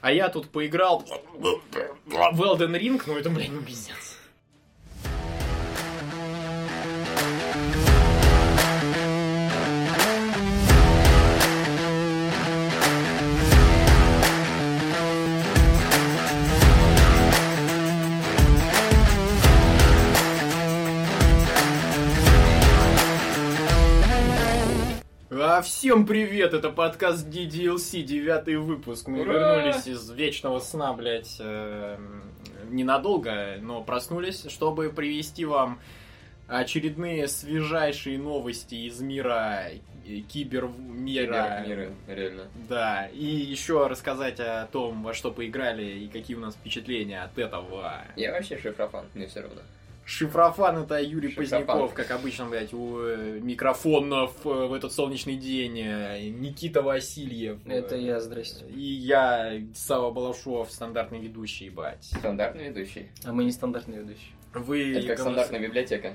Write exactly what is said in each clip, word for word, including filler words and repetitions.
А я тут поиграл в Elden Ring, ну это, блядь, ну пиздец. Всем привет, это подкаст ди ди эл си, девятый выпуск. Мы Ура! вернулись из вечного сна, блядь, э, ненадолго, но проснулись, чтобы привести вам очередные свежайшие новости из мира кибермира. Кибермира, реально. Да, и еще рассказать о том, во что поиграли и какие у нас впечатления от этого. Я вообще шифрофан, мне все равно. Шифрофан — это Юрий Шифрофан. Поздняков, как обычно, блядь, у микрофонов в этот солнечный день. Никита Васильев. Это я, здрасте. И я, Сава Балашов, стандартный ведущий, ебать. Стандартный ведущий? А мы не стандартные ведущие. Вы... Это как стандартная библиотека.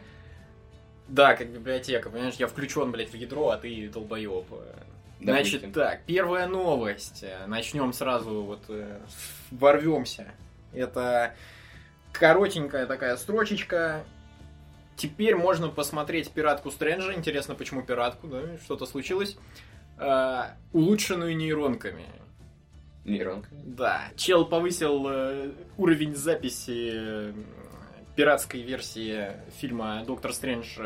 Да, как библиотека, понимаешь, я включен, блядь, в ядро, а ты долбоеб. Значит, Допустим. так, первая новость. Начнем сразу, вот, ворвемся. Это... коротенькая такая строчечка. Теперь можно посмотреть пиратку Стрэнджа. Интересно, почему пиратку, да? Что-то случилось. Э, улучшенную нейронками. Нейронками? Да. Чел повысил э, уровень записи э, пиратской версии фильма «Доктор Стрэндж.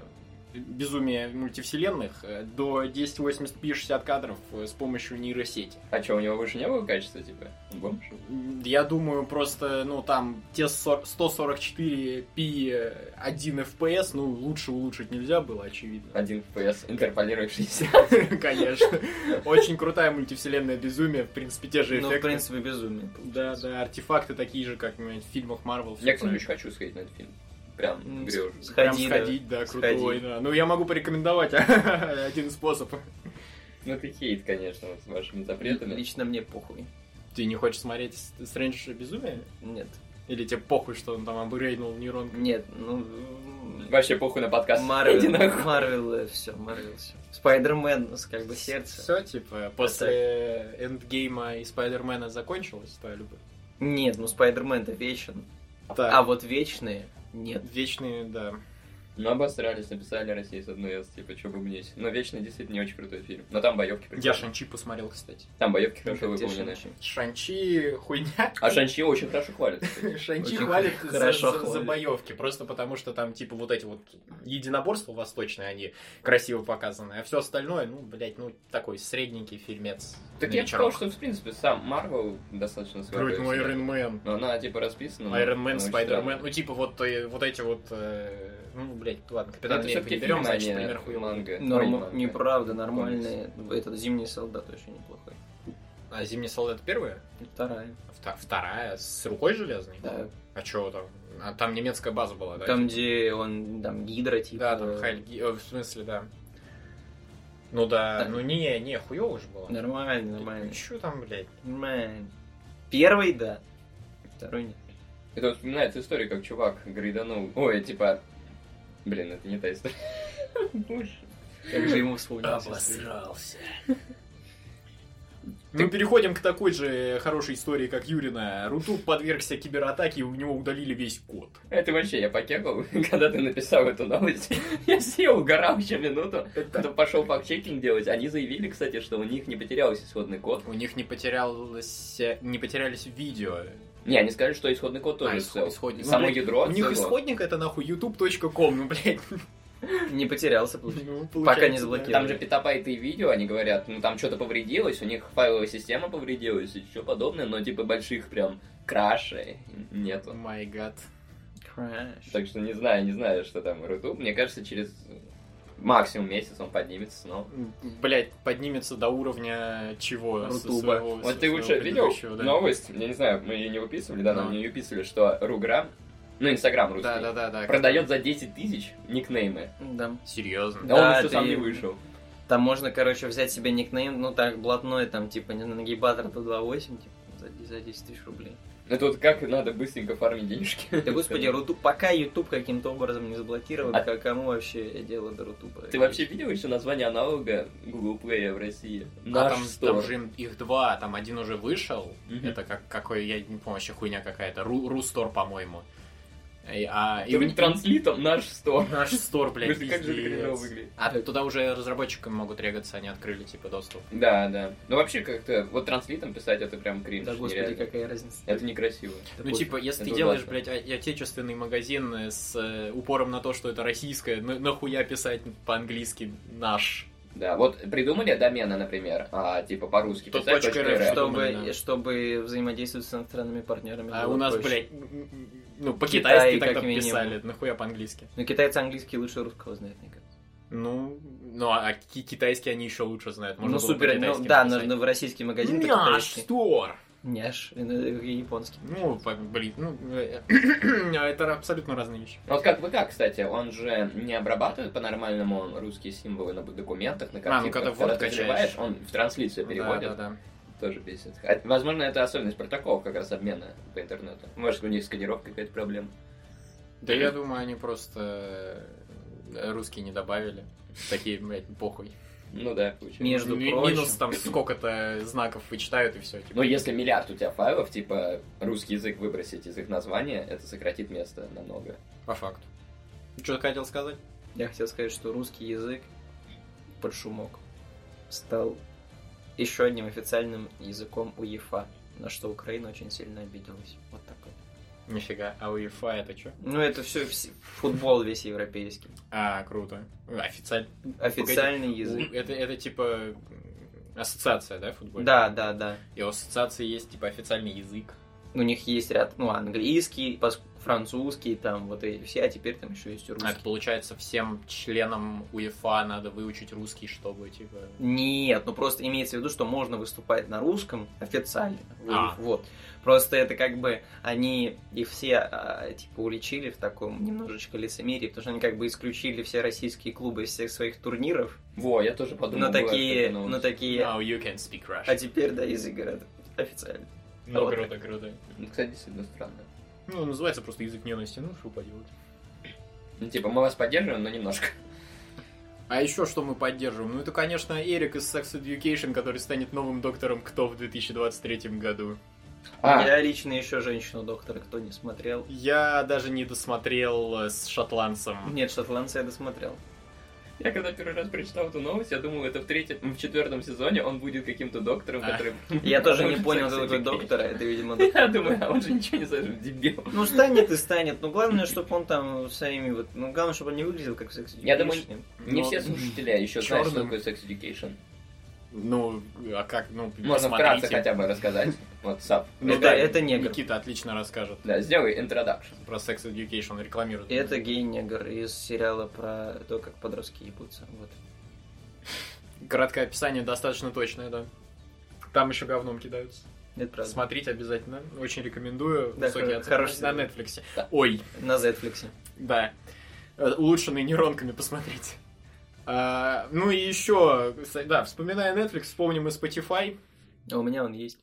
Безумие мультивселенных» до тысяча восемьдесят пи шестьдесят кадров с помощью нейросети. А что, у него выше не было качества, типа? Бомж? Я думаю, просто, ну, там, те сто сорок четыре пи один эф пи эс, ну, лучше улучшить нельзя было, очевидно. один эф пи эс, интерполирует шестьдесят. Конечно. Очень крутая мультивселенная безумие, в принципе, те же эффекты. Ну, в принципе, безумие. Да, да, артефакты такие же, как в фильмах Марвел. Я, кстати, очень хочу сходить на этот фильм. Прям грежу. Прям Сходи, сходить, да, да, крутой, сходи. да. Ну, я могу порекомендовать один способ. Ну ты хейт, конечно, вот с вашими запретами. Лично мне похуй. Ты не хочешь смотреть Стрэндж безумие? Нет. Или тебе похуй, что он там обрейнул нейронку? Нет, ну... Вообще похуй на подкаст. Иди Марвел, нахуй. Марвел, все, Марвел, все. Спайдермен, как бы сердце. Все, типа, после Эндгейма и Спайдермена закончилась твоя любовь? Нет, ну Спайдермен-то вечен. Так. А вот вечные нет. Вечные, да. Ну, обосрались, написали России с одной эс, типа, что бы мне. Но Вечный действительно не очень крутой фильм. Но там боевки прикольные. Я Шанчи посмотрел, кстати. Там боевки хорошо Где выполнены. Шанчи? Шанчи хуйня. А Шанчи очень хорошо хвалят. Шанчи Очень хвалит за, хорошо за- за хвалит. боевки. Просто потому, что там, типа, вот эти вот единоборства восточные, они красиво показаны. А все остальное, ну, блядь, ну, такой средненький фильмец. Так на я вечерок. сказал, что, в принципе, сам Марвел достаточно свой. Говорит, ну, Iron Man. Но она, типа, расписана. но Iron Man, очень Spider-Man. странно. Ну, типа, вот, э, вот эти вот... э, ну, блядь, ладно, Капитан Это Америка всё-таки не берем, фильмы, значит, а не пример хуёвый. манга. Норм... Ой, манга. Неправда, нормальные. Этот Зимний солдат очень неплохой. А Зимний солдат первая? И вторая. Вта- Вторая? С рукой железной? Да. А чё там? А там немецкая база была, да? Там, где он, там, Гидра, типа. Да, там Хайль Ги- э, в смысле, да. Ну да, Да. ну не, не, хуёво же было. Нормально, нормально. Чё там, блядь? Нормально. Первый, да. Второй нет. Это вот вспоминается история, как чувак грейданул. Ой, типа... Блин, это не та история. Боже. Как же ему вспомнить? Обосрался. Мы переходим к такой же хорошей истории, как Юрина. Рутуб подвергся кибератаке, и у него удалили весь код. Это вообще, я покекал, когда ты написал эту новость. Я сел, угорал еще минуту. Потом пошел факт-чекинг делать. Они заявили, кстати, что у них не потерялся исходный код. У них не потерялось, не потерялись видео. Не, они сказали, что исходный код тоже А, цел. исходник. Само Ну, блядь, ядро У них цело. исходник это нахуй ютуб точка ком, ну, блядь. Не потерялся, получается. Ну, Пока не получается, заблокировали. Там же петабайты видео, они говорят, ну там что-то повредилось, у них файловая система повредилась и все подобное, но типа больших прям крашей нету. Май гад. Crash. Так что не знаю, не знаю, что там Рутуб. Мне кажется, через максимум месяц он поднимется снова. Блять, поднимется до уровня чего? Со Рутуба. своего- Вот со ты своего лучше видел предыдущего, да? новость? Я не знаю, мы ее не выписывали, да, но Ну. мы ее выписывали, что Руграм, ну Инстаграм русский, Да, да, да, да. продает за десять тысяч никнеймы. Да. Серьезно. Да, Да, он еще ты- сам не вышел. Там можно, короче, взять себе никнейм, ну так, блатной, там, типа, не нагибатор два восемь, типа, за, за десять тысяч рублей. Это вот как надо быстренько фармить денежки. Да господи, Рутуб, пока YouTube каким-то образом не заблокирован, А- кому вообще дело до Рутуба? Ты вообще видел еще название аналога Google Play в России? А Наш там, Store. там же им- их два, там один уже вышел, Мгм. это как какой, я не помню, вообще хуйня какая-то, Ру, Рустор, по-моему. И, а, и Там у них транслитом наш Store. наш стор, блядь, Блин, как же это пиздец. кринжово выглядит. А туда уже разработчикам могут регаться, они открыли, типа, доступ. Да, да. Ну вообще как-то вот транслитом писать это прям кринж. Да господи, нереально. какая разница. Это некрасиво. Ну, типа, если Это ты делаешь, ужасно. блядь, о- отечественный магазин с э, упором на то, что это российское, на- нахуя писать по-английски наш? Да, вот придумали домены, например, а, типа по-русски Тут писать точка точка РФ, РФ. что- Чтобы, думаю, да. чтобы взаимодействовать с иностранными партнерами. А было у нас, проще. блядь, м- м- ну, по-китайски Китай, тогда как минимум. писали, нахуя по-английски? Ну, китайцы английский лучше русского знают, мне кажется. Ну, ну, а ки- китайский они еще лучше знают. Можно ну, было супер, ну, по-китайски да, написать. нужно в российский магазин Наш по-китайски. стор! Няш, это японский. Ну, по- блин, ну, э, это абсолютно разные вещи. Вот как вы как, кстати, он же не обрабатывает по-нормальному русские символы на документах, на А, ну, картинках. когда когда вот ты качаешь. заливаешь, он в трансляцию Да, переводит. да, да. Тоже бесит. А, возможно, это особенность протоколов как раз обмена по интернету. Может, у них сканировка какая-то проблема. Да я думаю, они просто э, русские не добавили. Такие, блядь, похуй. Ну да, получается. Между Ми- прочим. Минус там сколько-то знаков вычитают и все. Типа. Но если миллиард у тебя файлов, типа русский язык выбросить из их названия, это сократит место намного. По факту. Что ты хотел сказать? Я хотел сказать, что русский язык под шумок стал еще одним официальным языком УЕФА, на что Украина очень сильно обиделась. Вот так вот. Нифига. А УЕФА это что? Ну, это все футбол весь европейский. А, круто. Официально. Официальный язык. Это, это типа м, ассоциация, да, футбольная? Да, да, да. И у ассоциации есть типа официальный язык. У них есть ряд, ну, английский, пос- французский, там, вот эти все, а теперь там еще есть и А это русский. получается всем членам УЕФА надо выучить русский, чтобы типа. Нет, ну просто имеется в виду, что можно выступать на русском официально. А. Вот. Просто это как бы они их все а, типа уличили в таком немножечко лицемерии, потому что они как бы исключили все российские клубы из всех своих турниров. Во, я тоже подумал. Но была такие, такая но новость. такие. Now you can speak Russian. А теперь, да, язык говорят официально. Ну, вот круто, круто. Ну, кстати, действительно странно. Ну, называется просто язык ненависти, ну, что поделать. Ну, типа, мы вас поддерживаем, но немножко. А еще что мы поддерживаем? Ну, это, конечно, Эрик из Sex Education, который станет новым доктором Кто в две тысячи двадцать третьем году. А, Я лично еще женщину-доктора, кто не смотрел. Я даже не досмотрел э, с шотландцем. Нет, шотландца я досмотрел. я когда первый раз прочитал эту новость, я думал, это в третьем, в четвертом сезоне он будет каким-то доктором, А. который... Я тоже не Sex понял, кто такой Education. доктор, а это, видимо, Я доктор. думаю, а он же ничего не знает, дебил. Ну, станет и станет. Но главное, чтобы он там своими вот... Ну, главное, чтобы он не выглядел как секс Я думаю, Не Но- все слушатели еще знают, что Чёрным. такое Sex Education. Ну, а как, ну, Можно посмотрите. вкратце хотя бы рассказать. Вот, Сап. Ну Это- да, это негр. Никита отлично расскажет Да, сделай introduction. про Sex Education, рекламирует. И это гей-негр из сериала про то, как подростки ебутся. Вот. Краткое описание достаточно точное, да. Там еще говном кидаются. Это правда. Смотрите обязательно. Очень рекомендую. Да, Высокие хор- оценки хороший на сериал. Netflix. Да. Ой, На Зетфликсе. да. Э, Улучшенный нейронками посмотрите. А, ну и еще, кстати, да, вспоминая Netflix, вспомним и Spotify. А у меня он есть.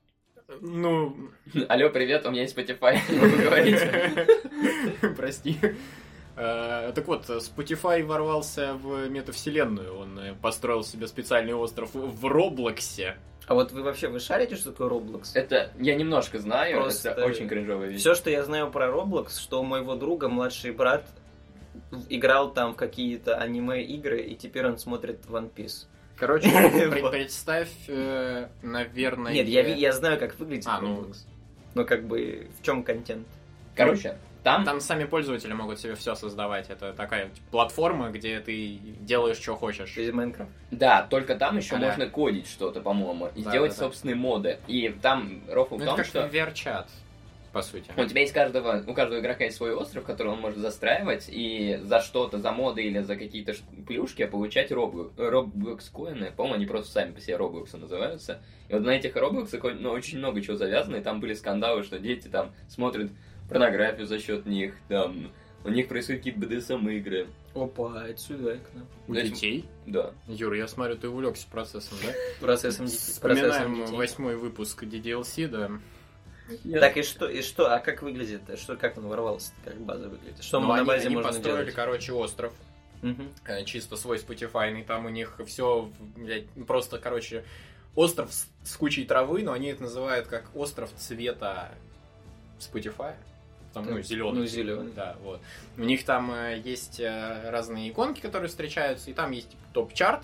Ну, Алло, привет, у меня есть Spotify. Не могу говорить. прости. А, Так вот, Spotify ворвался в метавселенную. Он э, построил себе специальный остров в Роблоксе. А вот вы вообще, вы шарите, что такое Roblox? Это я немножко знаю, Просто- это очень кринжовая вещь. Все, что я знаю про Roblox, что у моего друга младший брат играл там в какие-то аниме-игры, и теперь он смотрит One Piece. Короче, пре- Вот. представь, э, наверное... Нет, я, ви- я знаю, как выглядит А, ну. Roblox. Но как бы в чем контент? Короче, там... Там сами пользователи могут себе все создавать. Это такая типа, платформа, где ты делаешь, что хочешь. То есть Майнкрафт. Да, только там еще А-да. можно кодить что-то, по-моему, и Да, сделать да, да. собственные моды. И там рофл Ну, в это том, как что ви ар-чат, по сути. у тебя есть каждого, у каждого игрока есть свой остров, который он может застраивать, и за что-то, за моды или за какие-то ш- плюшки получать Roblox, Roblox коины. По-моему, они просто сами по себе Roblox называются. И вот на этих Roblox ну, очень много чего завязано, и там были скандалы, что дети там смотрят порнографию за счет них, там У них происходят какие-то би ди эс эм-игры. Опа, отсюда и к нам. У То есть- детей? Да. Юр, я смотрю, ты увлекся процессом, да? Процессом детей. Вспоминаем Процессом детей. восьмой выпуск ди ди эл си, да. Так и что, и что, а как выглядит, что, как он ворвался, как база выглядит? Что Ну, на они, базе они можно построили, делать? короче, остров. Мгм. э, Чисто свой Spotify, там у них все, просто, короче, остров с, с кучей травы, но они это называют как остров цвета Spotify. Там, ну, Так, зеленый. ну, зелёный. Да, вот. У них там э, есть э, разные иконки, которые встречаются, и там есть типа, топ-чарт,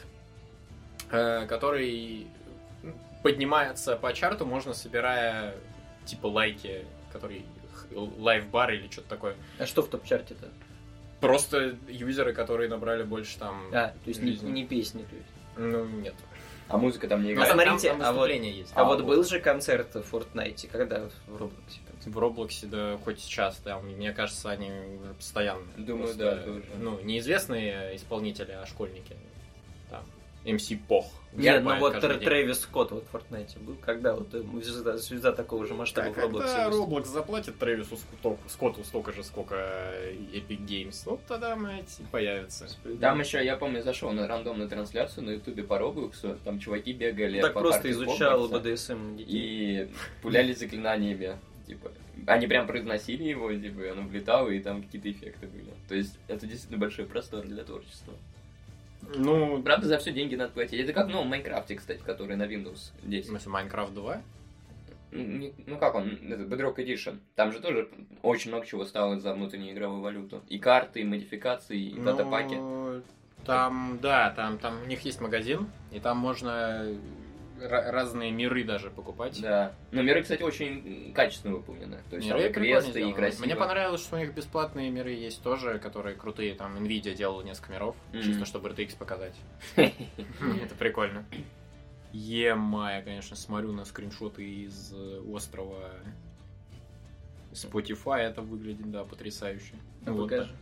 э, который поднимается по чарту, можно собирая типа лайки, которые лайв-бар или что-то такое. А что в топ-чарте-то? Просто юзеры, которые набрали больше там... А, то есть не, жизни. не песни, то есть. Ну, нет. А музыка там не Ну, играет? А смотрите, там, там а вот- выступления есть. А, А, вот вот. был же концерт в Fortnite, когда в Роблоксе? В Роблоксе, да, хоть сейчас, там, мне кажется, они уже постоянно. Думаю, просто, да, тоже. Ну, неизвестные исполнители, а школьники. Там, эм си Пох. Нет, ну Вырубает вот каждый Тр- день. Трэвис Скотт вот в Fortnite был, когда вот э, звезда, звезда такого же масштаба Так, в Роблоксе когда выступила. Роблокс заплатит Трэвису Скотту, Скотту столько же, сколько Epic Games, ну, тогда, мать, и появится. Там еще, я помню, зашел на рандомную трансляцию на ютубе по Роблоксу, там чуваки бегали Так по просто карте изучал Хогвартса би ди эс эм детей. и пуляли заклинаниями, типа. Они прям произносили его, типа, и оно влетало, и там какие-то эффекты были. То есть, это действительно большой простор для творчества. Ну, Правда, за все деньги надо платить. Это как в новом Майнкрафте, кстати, который на Windows в десять. смысле, Майнкрафт два? Не- Ну как он, это Bedrock Edition. Там же тоже очень много чего стало за внутреннюю игровую валюту. И карты, и модификации, и датапаки. Ну, там, да, там, там у них есть магазин, и там можно ра- разные миры даже покупать. Да. Но миры, кстати, очень качественно выполнены. То есть Миры там и прикольно квесты, и сделаны. красиво. Мне понравилось, что у них бесплатные миры есть тоже, которые крутые. Там Nvidia делала несколько миров, Мгм. чисто чтобы эр ти экс показать. Это прикольно. Е-ма, я, конечно, смотрю на скриншоты из э, острова Spotify, это выглядит, да, потрясающе. А Вот, покажи.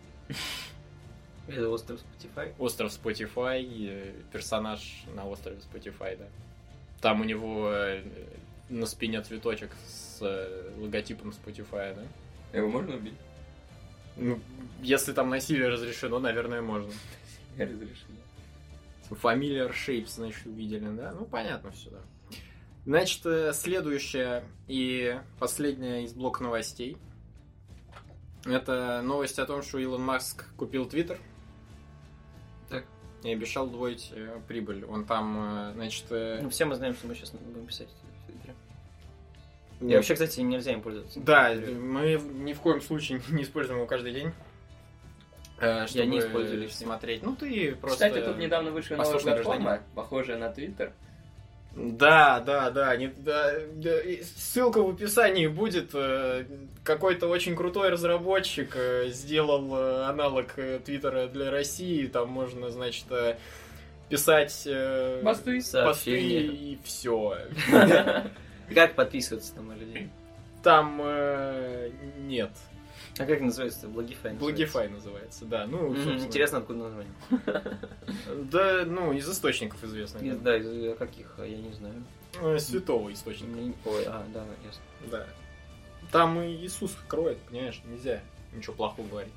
Это остров Spotify. Остров Spotify, э, персонаж на острове Spotify, да. Там у него э, на спине цветочек с э, логотипом Spotify, да. Его можно убить? Ну, если там насилие разрешено, наверное, можно. Я разрешил. Familiar Shapes, значит, увидели, да? Ну, понятно все, да. Значит, э, следующая и последняя из блока новостей. Это новость о том, что Илон Маск купил Твиттер. Так. И обещал удвоить э, прибыль. Он там, э, значит... э, Ну, все мы знаем, что мы сейчас будем писать в Твиттере. ну, И вообще, кстати, нельзя им пользоваться. Да, мы ни в коем случае не используем его каждый день. э, Чтобы не использую лишний. смотреть. Ну, ты просто... Кстати, тут недавно вышла новая послушный платформа, похожая на Твиттер. Да, да, да, не, да, да, и ссылка в описании будет. э, Какой-то очень крутой разработчик э, сделал э, аналог э, Твиттера для России. Там можно, значит, э, писать э, Посты. посты Сообщения. и все. Как подписываться там на людей? Там э, нет. А как называется? Благифай. Благифай называется, да. Ну, Мгм, собственно. Интересно, откуда название. Да, ну, из источников известных. Из- да. Да, из каких, я не знаю. Э, Святого источника. Не- Ой, а, да, ясно. Да. Там и Иисус кроет, понимаешь, нельзя ничего плохого говорить.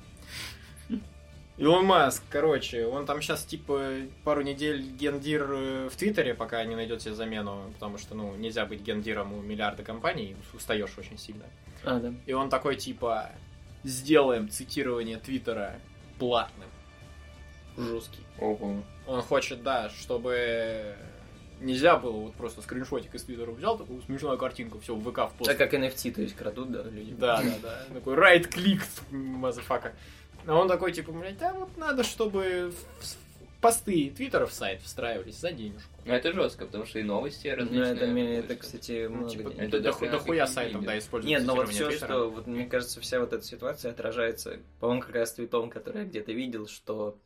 Илон Маск, короче, он там сейчас типа пару недель гендир э, в Твиттере, пока не найдет себе замену, потому что, ну, нельзя быть гендиром у миллиарда компаний, устаешь очень сильно. А, да. И он такой типа, сделаем цитирование Твиттера платным. Жесткий. Ого. Он хочет, да, чтобы нельзя было вот просто скриншотик из Твиттера взял, такую смешную картинку, все, в ВК в пост. А как эн эф ти, то есть крадут, да, люди? Да, да, да. Такой right click, мазафака. А он такой, типа, блядь, да вот надо, чтобы в посты Твиттера в сайт встраивались за денежку. Ну это жестко, потому что и новости Ну, различные. это, это, выходят. кстати, Ну, много типа, денег. Это да, дофига да хуя каких сайтов, денег. да, используют Нет, но вот цитирование все, Твиттера. что, вот, мне кажется, вся вот эта ситуация отражается, по-моему, как раз твитом, который я где-то видел, что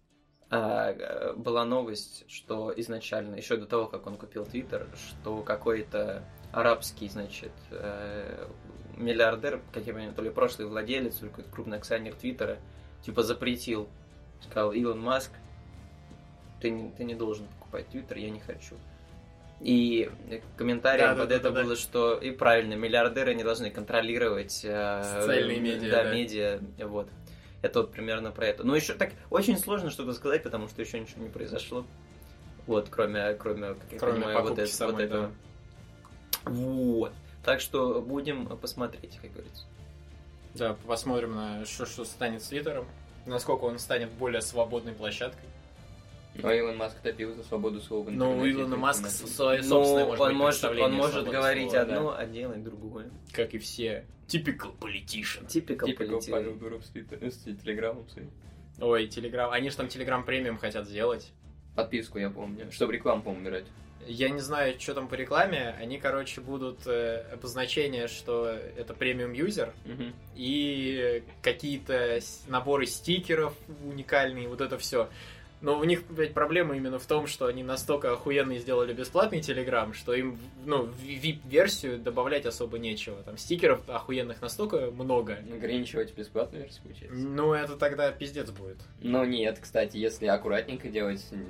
а, была новость, что изначально, еще до того, как он купил Твиттер, что какой-то арабский, значит, э, миллиардер, как я понимаю, то ли прошлый владелец, то ли какой-то крупный акционер Твиттера, типа запретил, сказал: Илон Маск, ты не, ты не должен покупать Твиттер, я не хочу. И комментарием Да, да, под да, это да, да. было, что и правильно, миллиардеры не должны контролировать э, Социальные медиа, да, да. медиа, вот. Это вот примерно про это. Но еще так очень сложно что-то сказать, потому что еще ничего не произошло. Вот, кроме, кроме, как я Кроме понимаю, вот, покупки это, самой, вот этого. да. Вот. Так что будем посмотреть, как говорится. Да, посмотрим на что, что станет с Твиттером. Насколько он станет более свободной площадкой. Ну, Илон Маск топил за свободу слова. в Но у интернете, Илона это Маска интернет. свое Ну, собственное может он быть может, представление он может свободы говорить слова, одно, да. а делать другое. Как и все. Typical politician. Типикал Типа как Павел политик. Дуров с Твиттер- с Телеграмом своим. Ой, Телеграм. Они же там Телеграм премиум хотят сделать. Подписку я помню, чтобы рекламу, по-моему, убирать. Я не знаю, что там по рекламе. Они, короче, будут э, обозначение, что это премиум юзер. Мгм. И какие-то с- наборы стикеров уникальные, вот это все. Но у них, блядь, проблема именно в том, что они настолько охуенные сделали бесплатный Телеграм, что им, ну, в ви ай пи-версию добавлять особо нечего. Там стикеров охуенных настолько много. Ограничивать бесплатную версию, получается. Ну, это тогда пиздец будет. Но нет, кстати, если аккуратненько делать, н-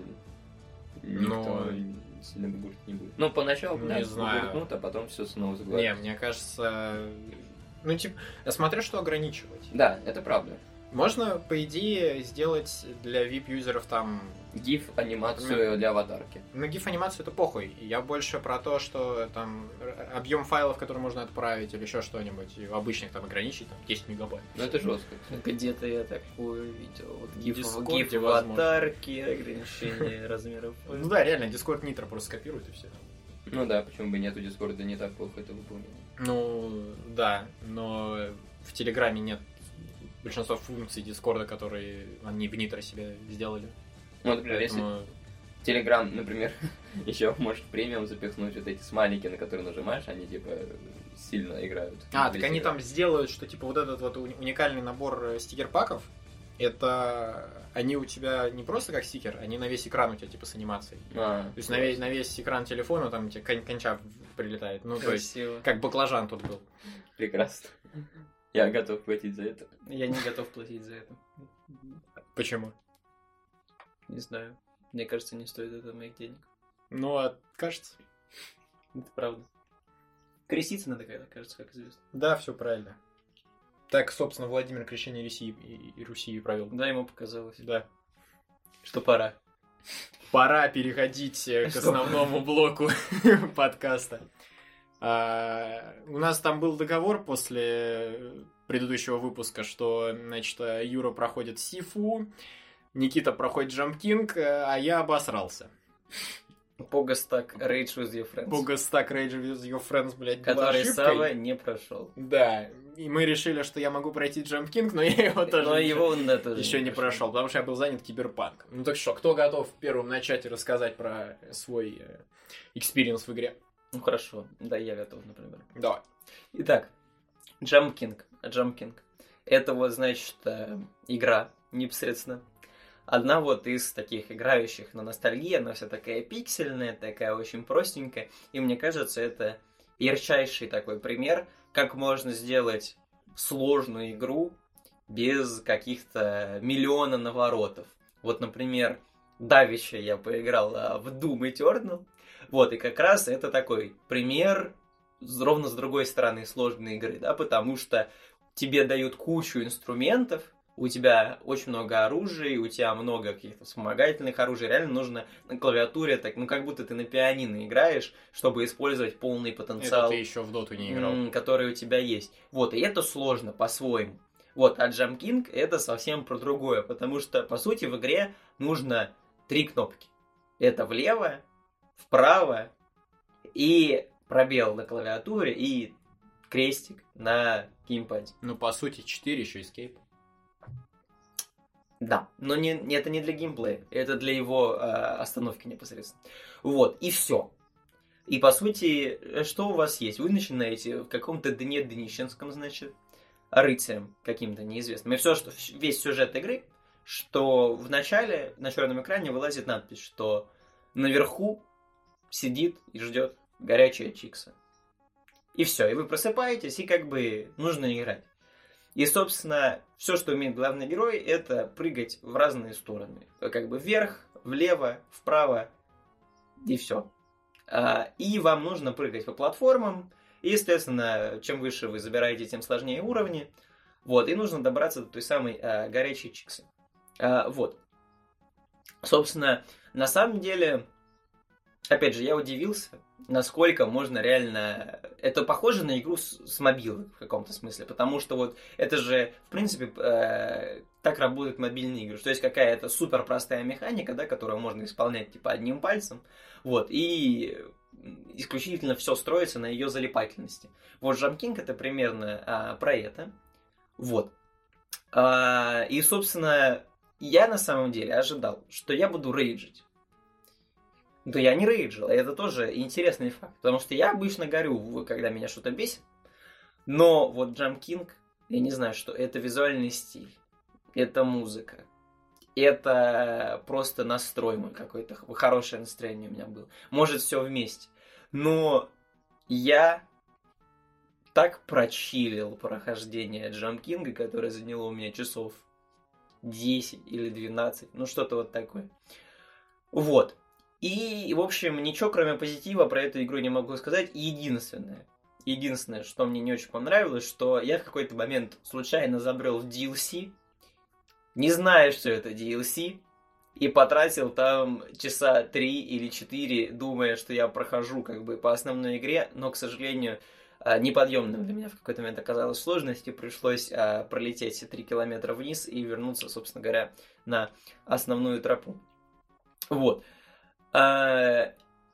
никто Но- сильно бугурть не будет. Ну, поначалу, Не да, знаю. бугуртнут, а потом все снова Не, загладит. мне кажется... Ну, типа, смотря что ограничивать. Да, это правда. Можно, по идее, сделать для ви ай пи-юзеров там... гиф-анимацию Например? для аватарки. На гиф-анимацию это похуй. Я больше про то, что там р- объем файлов, которые можно отправить, или еще что-нибудь, и обычных там ограничить, там, десять мегабайт. Ну, это жестко, кстати. Где-то я такое видел. Вот В гиф, Дискорде, гиф возможно. аватарки, ограничение размеров. Ну да, реально, Discord Nitro просто скопирует и все. Ну да, почему бы нет, у Дискорда не так плохо это выполнено. Ну, да, но в Телеграме нет большинства функций Дискорда, которые они в Nitro себе сделали. Ну, например, если Поэтому... Телеграм, например, еще может в премиум запихнуть вот эти смайлики, на которые нажимаешь, они типа сильно играют. А, Весь так они экран. там сделают, что типа вот этот вот уни- уникальный набор э, стикер-паков, это они у тебя не просто как стикер, они на весь экран у тебя типа с анимацией. А, То есть на весь, на весь экран телефона там тебе кон- конча прилетает. Ну, то есть, Красиво. как баклажан тут был. прекрасно. Я готов платить за это. Я не готов платить за это. Почему? Не знаю. Мне кажется, не стоит это моих денег. Ну, а кажется. Это правда. Креститься надо, когда кажется, как известно. Да, все правильно. Так, собственно, Владимир крещение Руси и, и Руси провел. Да, ему показалось, Да. что пора. Пора переходить э, к Что? основному блоку подкаста. А, у нас там был договор после предыдущего выпуска, что, значит, Юра проходит Сифу, Никита проходит Джампкинг, а я обосрался. Погостак Rage with your friends. Погостак Rage with your friends, блядь, была Который ошибкой. Сава не прошел. Да, и мы решили, что я могу пройти Джампкинг, но я его тоже Но еще- его он да, тоже еще не прошел, потому что я был занят киберпанком. Ну так что, кто готов первым начать и рассказать про свой экспириенс в игре? Ну хорошо, да, я готов, например. Давай. Итак, Джампкинг. Джампкинг. Это вот, значит, э, игра непосредственно. Одна вот из таких играющих на ностальгии, она вся такая пиксельная, такая очень простенькая. И мне кажется, это ярчайший такой пример, как можно сделать сложную игру без каких-то миллиона наворотов. Вот, например, давеча я поиграл а, в Doom Eternal. Вот, и как раз это такой пример с- ровно с другой стороны сложной игры, да, потому что тебе дают кучу инструментов, у тебя очень много оружия, у тебя много каких-то вспомогательных оружий, реально нужно на клавиатуре, так, ну, как будто ты на пианино играешь, чтобы использовать полный потенциал, Это ты еще в доту не играл. м, который у тебя есть. Вот, и это сложно по-своему. Вот, а Jump King это совсем про другое, потому что, по сути, в игре нужно три кнопки. Это влево, вправо и пробел на клавиатуре и крестик на геймпаде. Ну, по сути, четыре еще escape. Да, но не, не- это не для геймплея, это для его э, остановки непосредственно. Вот, и все. И по сути, э, что у вас есть? Вы начинаете в каком-то дне днищенском, значит, рыцарем каким-то неизвестным. И все, что весь сюжет игры, что в начале на черном экране вылазит надпись, что наверху сидит и ждет горячая чикса. И все, и вы просыпаетесь, и как бы нужно играть. И, собственно, все, что умеет главный герой, это прыгать в разные стороны. Как бы вверх, влево, вправо, и все. И вам нужно прыгать по платформам. И, естественно, чем выше вы забираете, тем сложнее уровни. Вот, и нужно добраться до той самой э, горячей чиксы. Э, вот. Собственно, на самом деле, опять же, я удивился, насколько можно реально... Это похоже на игру с, с мобилы в каком-то смысле, потому что вот это же, в принципе, э, так работают мобильные игры, что есть какая-то супер простая механика, да, которую можно исполнять типа одним пальцем, вот, и исключительно все строится на ее залипательности. Вот Jump King это примерно а, про это. Вот. А, и, собственно, я на самом деле ожидал, что я буду рейджить. Да я не рейджил, это тоже интересный факт. Потому что я обычно горю, когда меня что-то бесит. Но вот Jump King, я не знаю, что это визуальный стиль, это музыка, это просто настрой мой какой-то, хорошее настроение у меня было. Может, все вместе. Но я так прочилил прохождение Jump King, которое заняло у меня часов десять или двенадцать, ну что-то вот такое. Вот. И, в общем, ничего кроме позитива про эту игру не могу сказать. Единственное, единственное, что мне не очень понравилось, что я в какой-то момент случайно забрел в ди эл си, не зная, что это ди эл си, и потратил там часа три или четыре, думая, что я прохожу как бы по основной игре, но, к сожалению, неподъемным для меня в какой-то момент оказалась сложность, и пришлось а, пролететь три километра вниз и вернуться, собственно говоря, на основную тропу. Вот. А,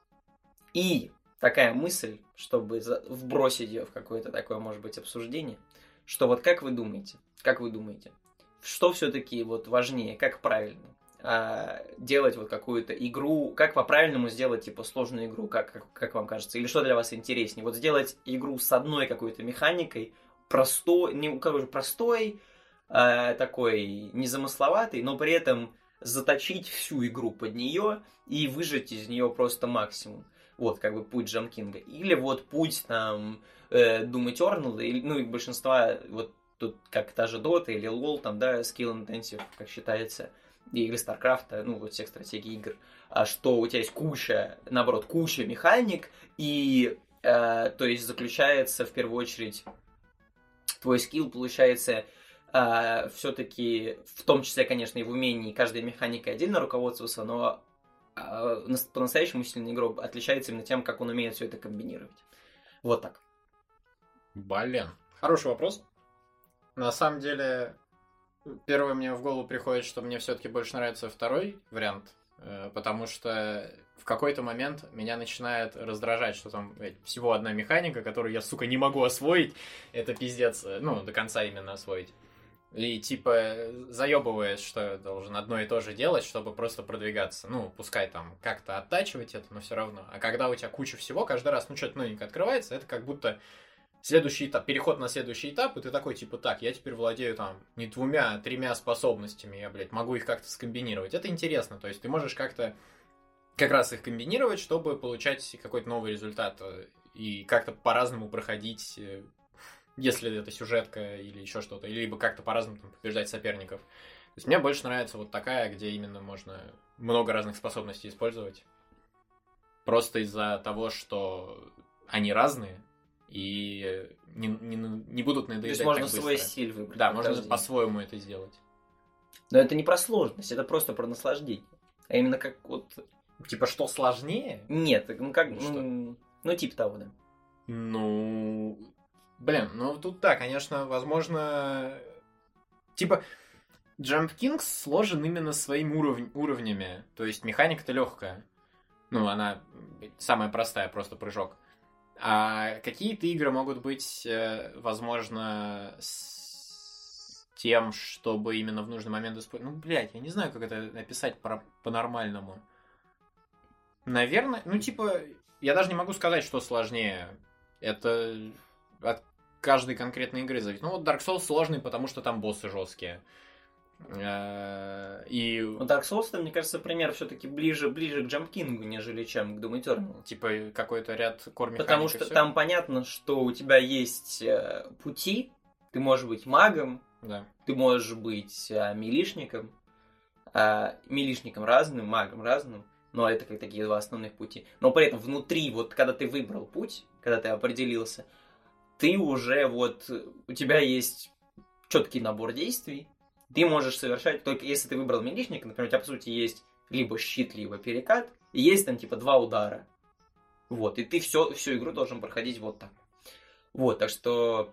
и такая мысль, чтобы за... вбросить ее в какое-то такое, может быть, обсуждение, что вот как вы думаете, как вы думаете, что все-таки вот важнее, как правильно а, делать вот какую-то игру, как по-правильному сделать типа сложную игру, как, как, как вам кажется, или что для вас интереснее? Вот сделать игру с одной какой-то механикой, простой, не, как же, простой, а, такой незамысловатый, но при этом заточить всю игру под нее и выжать из нее просто максимум. Вот, как бы путь Jump King. Или вот путь там э, Doom Eternal, или, ну и большинства вот тут как та же Dota или лол, там, да, Skill Intensive, как считается, или StarCraft, ну, вот всех стратегий игр, а что у тебя есть куча, наоборот, куча механик, и, э, то есть, заключается, в первую очередь, твой скилл, получается, э, все-таки, в том числе, конечно, и в умении каждой механикой отдельно руководствоваться, но э, по-настоящему сильный игрок отличается именно тем, как он умеет все это комбинировать. Вот так. Блин, хороший вопрос. На самом деле, первое мне в голову приходит, что мне все-таки больше нравится второй вариант, потому что в какой-то момент меня начинает раздражать, что там всего одна механика, которую я, сука, не могу освоить. Это пиздец, ну, до конца именно освоить. И типа заебываешь, что я должен одно и то же делать, чтобы просто продвигаться. Ну, пускай там как-то оттачивать это, но все равно. А когда у тебя куча всего, каждый раз, ну, что-то новенькое открывается, это как будто... Следующий этап, переход на следующий этап, и ты такой, типа, так, я теперь владею там не двумя, а тремя способностями, я, блядь, могу их как-то скомбинировать. Это интересно, то есть ты можешь как-то как раз их комбинировать, чтобы получать какой-то новый результат и как-то по-разному проходить, если это сюжетка или еще что-то, либо как-то по-разному там, побеждать соперников. То есть мне больше нравится вот такая, где именно можно много разных способностей использовать. Просто из-за того, что они разные, и не, не, не будут надоедать. То есть можно так свой быстро. стиль выбрать. Да, можно по-своему это сделать. Но это не про сложность, это просто про наслаждение. А именно как вот... Типа, что сложнее? Нет, ну как... Ну, что? Ну, ну типа того, да. Ну... Блин, ну тут да, конечно, возможно... Типа, Jump King сложен именно своими уров... уровнями. То есть механика-то легкая. Ну, она самая простая, просто прыжок. А какие-то игры могут быть, возможно, с тем, чтобы именно в нужный момент использовать. Ну, блядь, я не знаю, как это написать по-нормальному. Наверное, ну, типа, я даже не могу сказать, что сложнее. Это от каждой конкретной игры зависит. Ну, вот Dark Souls сложный, потому что там боссы жесткие. И... Ну, Dark Souls, мне кажется, пример все-таки ближе, ближе к Jump King, нежели чем к Doom Eternal. Типа какой-то ряд core механик. Потому что там понятно, что у тебя есть э, пути, ты можешь быть магом, да. Ты можешь быть э, милишником, э, милишником разным, магом разным, но это как такие два основных пути. Но при этом внутри, вот когда ты выбрал путь, когда ты определился, ты уже вот, у тебя есть четкий набор действий. Ты можешь совершать, только если ты выбрал милишника, например, у тебя, по сути, есть либо щит, либо перекат, и есть там, типа, два удара. Вот, и ты все, всю игру должен проходить вот так. Вот, так что...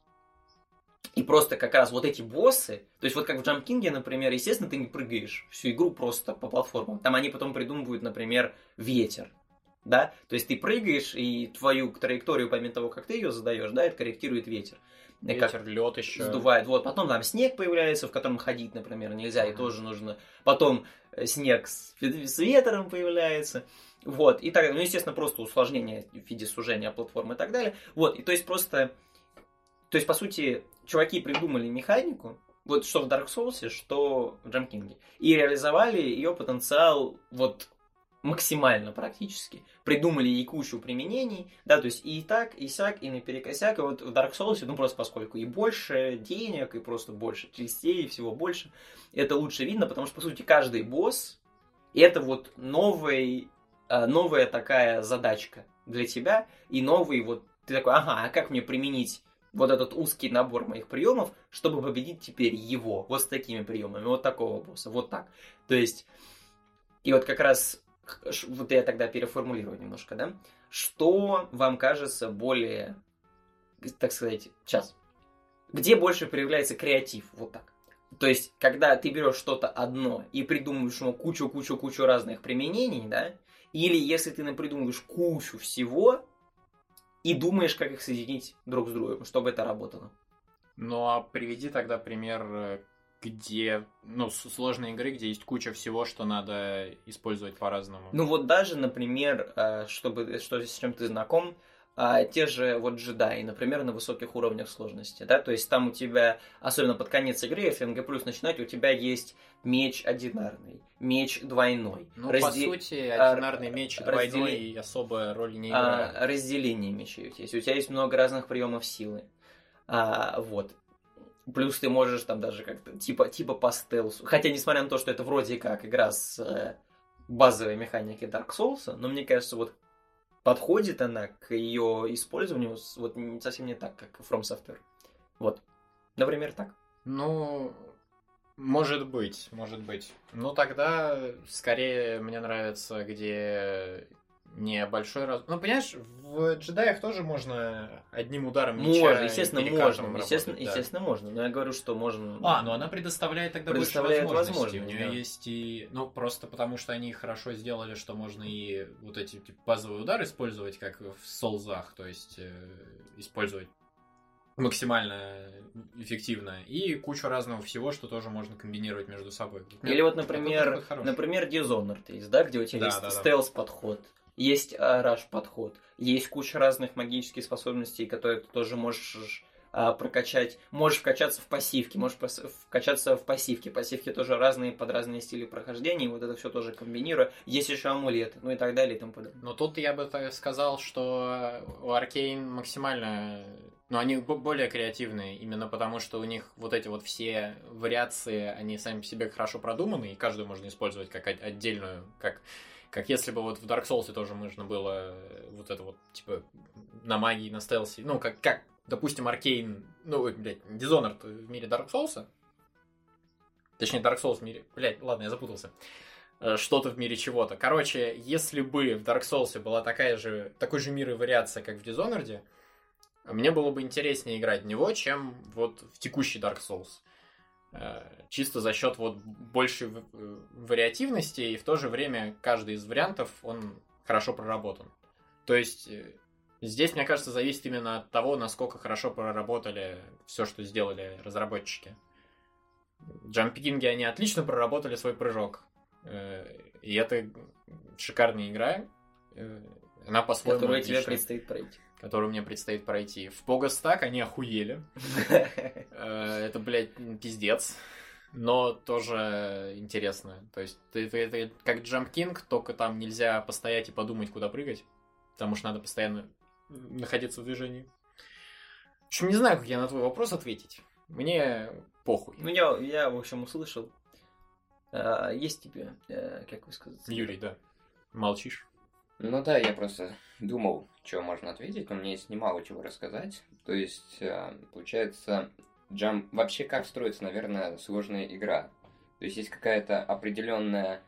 И просто как раз вот эти боссы, то есть вот как в Jump King, например, естественно, ты не прыгаешь всю игру просто по платформам. Там они потом придумывают, например, ветер. Да? То есть ты прыгаешь, и твою траекторию, помимо того, как ты ее задаешь, да, это корректирует ветер. Ветер, как лед еще. Сдувает. Вот, потом там снег появляется, в котором ходить, например, нельзя, и тоже нужно. Потом снег с, с ветром появляется. Вот, и так, ну, естественно, просто усложнение в виде сужения платформы и так далее. Вот, и то есть просто, то есть, по сути, чуваки придумали механику, вот что в Dark Souls, что в Jump King, и реализовали ее потенциал вот максимально практически. Придумали ей кучу применений, да, то есть и так, и сяк, и наперекосяк, и вот в Dark Souls, ну просто поскольку и больше денег, и просто больше частей, и всего больше, это лучше видно, потому что, по сути, каждый босс, это вот новый, новая такая задачка для тебя, и новый вот, ты такой, ага, а как мне применить вот этот узкий набор моих приемов, чтобы победить теперь его, вот с такими приемами, вот такого босса, вот так. То есть, и вот как раз, вот я тогда переформулирую немножко, да, что вам кажется более, так сказать, сейчас, где больше проявляется креатив, вот так. То есть, когда ты берешь что-то одно и придумываешь ему кучу-кучу-кучу разных применений, да, или если ты напридумываешь кучу всего, и думаешь, как их соединить друг с другом, чтобы это работало. Ну, а приведи тогда пример, где, ну, сложные игры, где есть куча всего, что надо использовать по-разному. Ну, вот даже, например, чтобы, что, с чем ты знаком, те же вот джедаи, например, на высоких уровнях сложности, да, то есть там у тебя, особенно под конец игры, если эн гэ плюс начинать, у тебя есть меч одинарный, меч двойной. Ну, Разде... по сути, одинарный меч и Раздели... двойной особо роли не играют. А, разделение мечей у тебя есть, у тебя есть много разных приемов силы, а, вот. Плюс ты можешь там даже как-то, типа, типа по стелсу, хотя, несмотря на то, что это вроде как игра с э, базовой механикой Dark Souls, но мне кажется, вот подходит она к ее использованию вот совсем не так, как From Software. Вот. Например, так. Ну, может быть, может быть. Ну, тогда скорее мне нравится, где не большой раз... Ну, понимаешь, в джедаях тоже можно одним ударом меча можно, естественно, и можно, работать, естественно, да. естественно, можно. Но я говорю, что можно... А, ну она предоставляет тогда предоставляет больше возможностей. возможность, У нее да. есть и... Ну, просто потому что они хорошо сделали, что можно и вот эти типа, базовые удары использовать, как в солзах, то есть э, использовать максимально эффективно, и кучу разного всего, что тоже можно комбинировать между собой. Или вот, например, например, Dishonored есть, да, где у тебя да, есть да, стелс-подход, есть раш-подход, есть куча разных магических способностей, которые ты тоже можешь а, прокачать. Можешь вкачаться в пассивки, можешь пос- вкачаться в пассивки. Пассивки тоже разные, под разные стили прохождения, вот это все тоже комбинируя. Есть еще амулеты, ну и так далее и тому подобное. Но тут я бы сказал, что у Arcane максимально... Ну, они более креативные, именно потому, что у них вот эти вот все вариации, они сами по себе хорошо продуманы, и каждую можно использовать как отдельную, как, как если бы вот в Dark Souls тоже можно было вот это вот, типа, на магии, на стелсе, ну, как, как допустим, Arcane, ну, блядь, Dishonored в мире Dark Souls, точнее, Dark Souls в мире, блядь, ладно, я запутался, что-то в мире чего-то. Короче, если бы в Dark Souls была такая же, такой же мир и вариация, как в Dishonored, мне было бы интереснее играть в него, чем вот в текущий Dark Souls. Чисто за счет вот большей вариативности, и в то же время каждый из вариантов, он хорошо проработан. То есть здесь, мне кажется, зависит именно от того, насколько хорошо проработали все, что сделали разработчики. В Jump King они отлично проработали свой прыжок. И это шикарная игра. Она по-своему которую отличная. тебе предстоит пройти. Которую мне предстоит пройти. В Погостак они охуели. Это, блядь, пиздец. Но тоже интересно. То есть, это как Jump King, только там нельзя постоять и подумать, куда прыгать. Потому что надо постоянно находиться в движении. В общем, не знаю, как я на твой вопрос ответить. Мне похуй. Ну, я, я в общем, услышал. А, есть тебе, как вы сказать? Юрий, да. Молчишь? Ну да, я просто думал, что можно ответить, но мне есть немало чего рассказать. То есть, получается, Jump... Вообще, как строится, наверное, сложная игра? То есть есть какая-то определенная...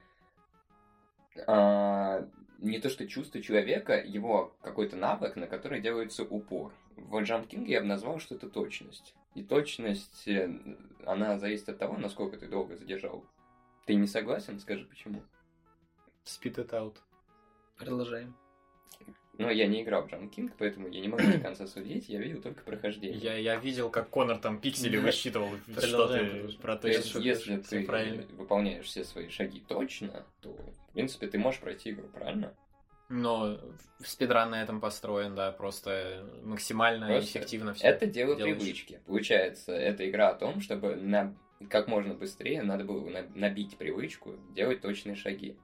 А, не то что чувство человека, его какой-то навык, на который делается упор. В Jump King я бы назвал, что это точность. И точность, она зависит от того, насколько ты долго задержал. Ты не согласен? Скажи, почему? Speed it out. Продолжаем. Но я не играл в Jump King, поэтому я не могу до конца судить, я видел только прохождение. Я, я видел, как Конор там пиксели высчитывал, что ты про то есть, точность. если ты выполняешь все свои шаги точно, то, в принципе, ты можешь пройти игру, правильно? Но спидран на этом построен, да, просто максимально просто эффективно все. Это дело делаешь. Привычки. Получается, это игра о том, чтобы на... как можно быстрее надо было набить привычку делать точные шаги.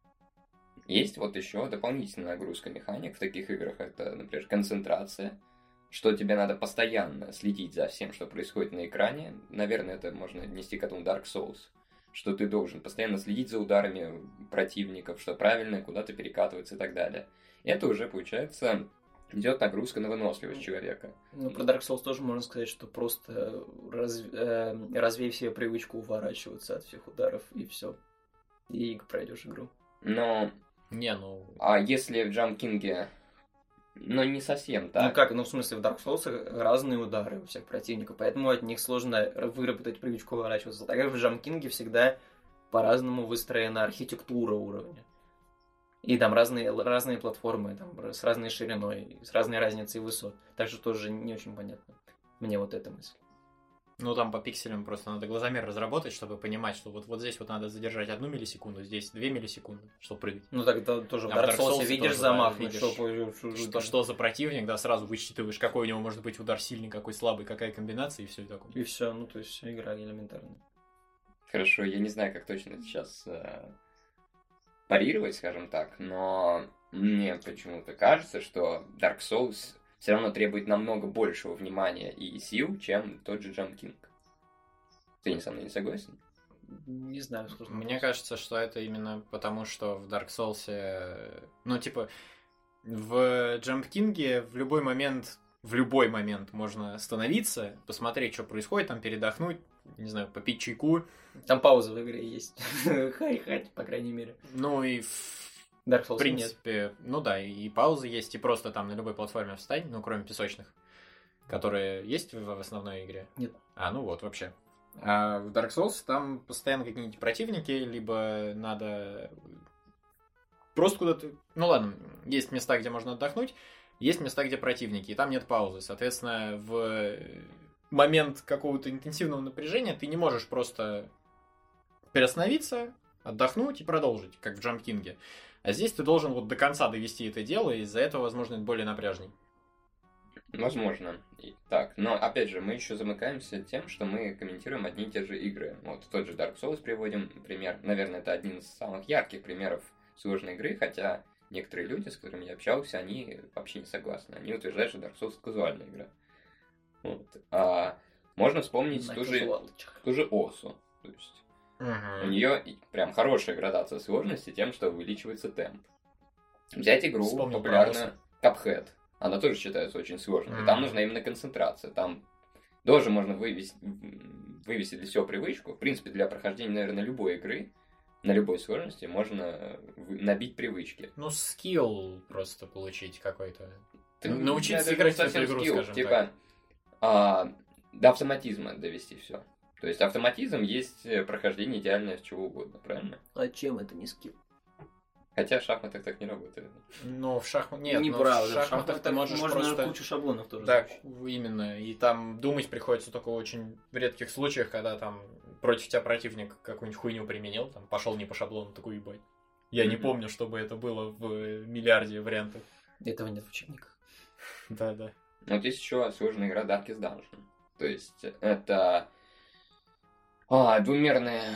Есть вот еще дополнительная нагрузка механик в таких играх. Это, например, концентрация, что тебе надо постоянно следить за всем, что происходит на экране. Наверное, это можно отнести к этому Dark Souls. Что ты должен постоянно следить за ударами противников, что правильно, куда-то перекатываться и так далее. Это уже, получается, идет нагрузка на выносливость человека. Ну, про Dark Souls тоже можно сказать, что просто раз, э, развей себе привычку уворачиваться от всех ударов, и все. И пройдешь игру. Но... Не, ну... А если в Jump King... Ну, не совсем так. Ну как, ну в смысле в Dark Souls разные удары у всех противников, поэтому от них сложно выработать привычку уворачиваться. Так как в Jump King всегда по-разному выстроена архитектура уровня. И там разные, разные платформы, там, с разной шириной, с разной разницей высот. Так что тоже не очень понятно. Мне вот эта мысль. Ну, там по пикселям просто надо глазомер разработать, чтобы понимать, что вот, вот здесь вот надо задержать одну миллисекунду, здесь две миллисекунды, чтобы прыгать. Ну, так это тоже а в Dark Souls видишь тоже, замах, да, видишь, что, что, что, что за противник, да, сразу высчитываешь, какой у него может быть удар сильный, какой слабый, какая комбинация, и все такое. И все, ну, то есть игра элементарная. Хорошо, я не знаю, как точно сейчас э, парировать, скажем так, но мне почему-то кажется, что Dark Souls все равно требует намного большего внимания и сил, чем тот же Jump King. Ты не со мной не согласен? Не знаю, сложно. Мне кажется, что это именно потому, что в Dark Souls, ну, типа, в Jump King в любой момент, в любой момент можно остановиться, посмотреть, что происходит, там передохнуть, не знаю, попить чайку. Там пауза в игре есть. Хай-хай, по крайней мере. Ну и в Dark Souls в принципе, нет. Ну да, и паузы есть, и просто там на любой платформе встать, ну, кроме песочных, которые есть в основной игре. Нет. А, ну вот, вообще. А в Dark Souls там постоянно какие-нибудь противники, либо надо просто куда-то... Ну ладно, есть места, где можно отдохнуть, есть места, где противники, и там нет паузы. Соответственно, в момент какого-то интенсивного напряжения ты не можешь просто переостановиться, отдохнуть и продолжить, как в Jump King. А здесь ты должен вот до конца довести это дело, и из-за этого, возможно, это более напряжней. Возможно. И так, но опять же, мы еще замыкаемся тем, что мы комментируем одни и те же игры. Вот тот же Dark Souls приводим пример. Наверное, это один из самых ярких примеров сложной игры, хотя некоторые люди, с которыми я общался, они вообще не согласны. Они утверждают, что Dark Souls это казуальная игра. Вот. А можно вспомнить ту же, ту же Осу. То есть uh-huh. у нее прям хорошая градация сложности тем, что увеличивается темп. Взять игру Вспомнил популярную Cuphead. Она тоже считается очень сложной. Mm-hmm. И там нужна именно концентрация. Там тоже можно вывести, вывести для себя привычку. В принципе, для прохождения, наверное, любой игры, на любой сложности, можно набить привычки. Ну, скилл просто получить какой-то. Ты научиться играть в эту игру, скилл, скажем типа, так. А, до автоматизма довести все. То есть автоматизм есть прохождение идеальное с чего угодно, правильно? А чем это не скилл? Хотя в шахматах так не работает. Но в шахматах... Нет, не но правда. в шахматах ты можешь можно просто... кучу шаблонов тоже. Так, именно. И там думать приходится только в очень редких случаях, когда там против тебя противник какую-нибудь хуйню применил, там пошел не по шаблону, такой ебать. Я mm-hmm. не помню, чтобы это было в миллиарде вариантов. Этого нет в учебниках. Да-да. Вот есть еще сложная игра Darkest Dungeon. То есть это а, двумерная...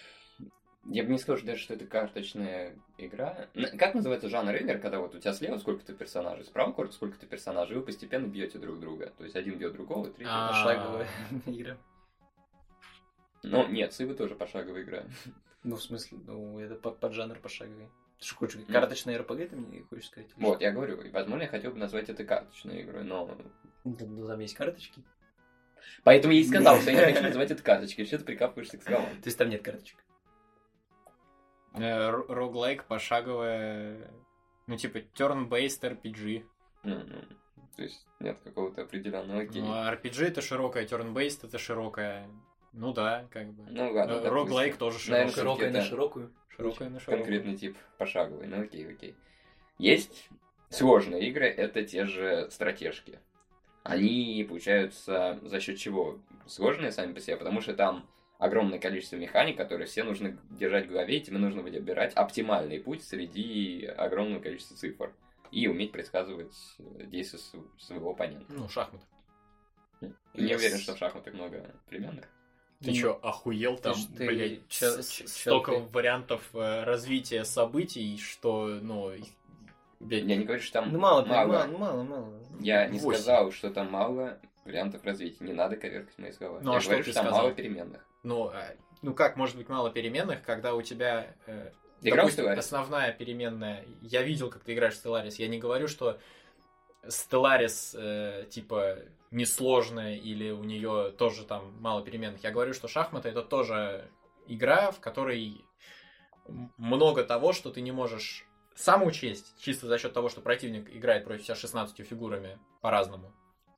Я бы не скажу даже, что это карточная игра. Как называется жанр игр, когда вот у тебя слева сколько-то персонажей, справа сколько-то персонажей, и вы постепенно бьете друг друга. То есть один бьет другого, третий... Пошаговая игра. Ну, нет, Сыбы тоже пошаговая игра. Ну, в смысле, ну, это под жанр пошаговый. Ты что хочешь, карточная эр пи джи ты мне хочешь сказать? Вот, я говорю, возможно, я хотел бы назвать это карточной игрой, но... Ну, там есть карточки. Поэтому я и сказал, что я не хочу называть это карточкой. Что ты прикапываешься к словам? То есть там нет карточек. Э, ро- Роглайк, пошаговая, ну, типа, turn-based эр пи джи. М-м. То есть нет какого-то определенного окей. Ну, а эр пи джи это широкая, turn-based это широкая. Ну да, как бы. Ну ладно, Э, допустим. Роглайк тоже Наверное, широкая. Широкая на это широкую. Широкая на широкую. конкретный тип пошаговый. Ну окей, окей. Есть сложные игры, это те же стратежки. Они получаются за счет чего? Сложные сами по себе, потому что там огромное количество механик, которые все нужно держать в голове, и тебе нужно выбирать оптимальный путь среди огромного количества цифр. И уметь предсказывать действия своего оппонента. Ну, шахматы. Не Yes. уверен, что в шахматах много переменных. Ты чё, охуел там, Ты ж- ты блядь, чё- с- чё- столько чё ты? вариантов э, развития событий, что, ну, их- блядь, Я не говорю, что там Ну мало, мало. мало, мало, мало. Я не Восемь. сказал, что там мало вариантов развития. Не надо коверкать мои слова. Ну, Я а что говорю, ты что там сказал? мало переменных. ну, а, ну как может быть мало переменных, когда у тебя, э, Ты играл в допустим, Stellaris? основная переменная, я видел, как ты играешь в Stellaris, я не говорю, что Stellaris, э, типа, несложная или у нее тоже там мало переменных, я говорю, что шахматы это тоже игра, в которой м- много того, что ты не можешь сам учесть, чисто за счет того, что противник играет против тебя шестнадцатью фигурами по-разному.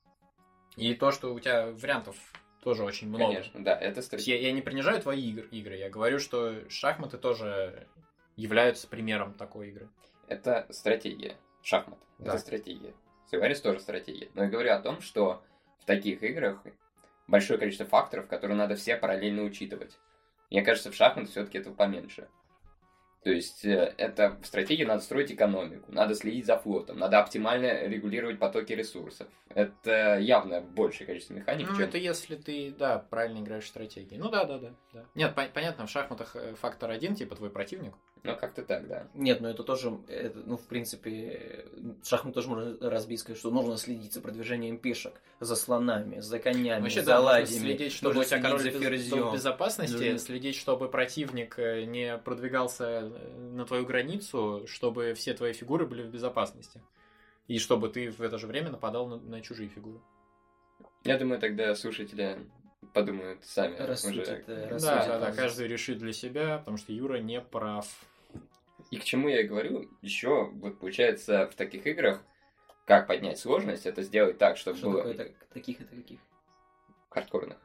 И то, что у тебя вариантов тоже очень много. Конечно, да, это То есть стратегия. Я, я не принижаю твои игр- игры, я говорю, что шахматы тоже являются примером такой игры. Это стратегия. Шахмат. Да. Это стратегия. Stellaris тоже стратегия. Но я говорю о том, что в таких играх большое количество факторов, которые надо все параллельно учитывать. Мне кажется, в шахматах все-таки этого поменьше. То есть э, это в стратегии надо строить экономику, надо следить за флотом, надо оптимально регулировать потоки ресурсов. Это явно большее количество механик, Ну, чем... это если ты, да, правильно играешь в стратегии. Ну, да, да, да. да. Нет, по- понятно, в шахматах э, фактор один, типа твой противник. Ну, как-то так, да. Нет, ну это тоже, это, ну, в принципе, шахмат тоже можно разбить, сказать, что нужно следить за продвижением пешек, за слонами, за конями, Вообще, за да, нужно ладьями. следить, чтобы у нужно тебя король следить за без- был ферзем. в безопасности, Нужно- следить, чтобы противник э, не продвигался э, на твою границу, чтобы все твои фигуры были в безопасности. И чтобы ты в это же время нападал на, на чужие фигуры. Я думаю, тогда слушатели подумают сами Рассудят, уже. да, Да, рассудят. да, да, каждый решит для себя, потому что Юра не прав. И к чему я и говорю, еще вот получается в таких играх, как поднять сложность, это сделать так, чтобы Что было такое так- таких это каких? хардкорных.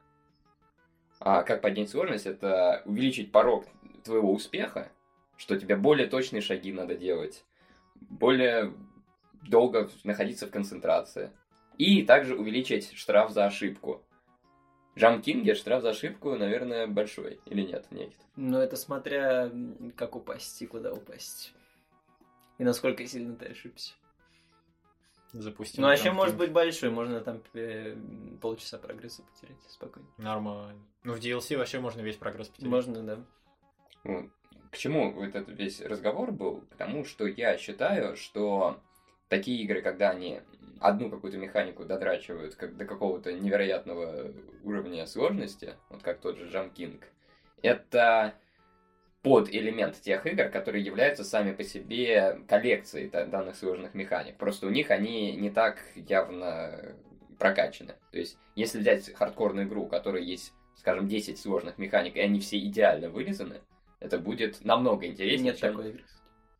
А как поднять сложность, это увеличить порог твоего успеха, что тебе более точные шаги надо делать, более долго находиться в концентрации. И также увеличить штраф за ошибку. В Джамкинге штраф за ошибку, наверное, большой. Или нет? Нет. Ну, это смотря м, как упасть и куда упасть. И насколько сильно ты ошибся. Запустим. Ну, а еще там может фильм. быть большой, можно там э, полчаса прогресса потерять спокойно. Нормально. Ну, в ди эл си вообще можно весь прогресс потерять. Можно, да. Ну, к чему вот этот весь разговор был? К тому, что я считаю, что такие игры, когда они одну какую-то механику додрачивают как до какого-то невероятного уровня сложности, вот как тот же Jump King, это подэлемент тех игр, которые являются сами по себе коллекцией та- данных сложных механик. Просто у них они не так явно прокачаны. То есть, если взять хардкорную игру, у которой есть, скажем, десять сложных механик, и они все идеально вырезаны, это будет намного интереснее, Нет чем... такой игры.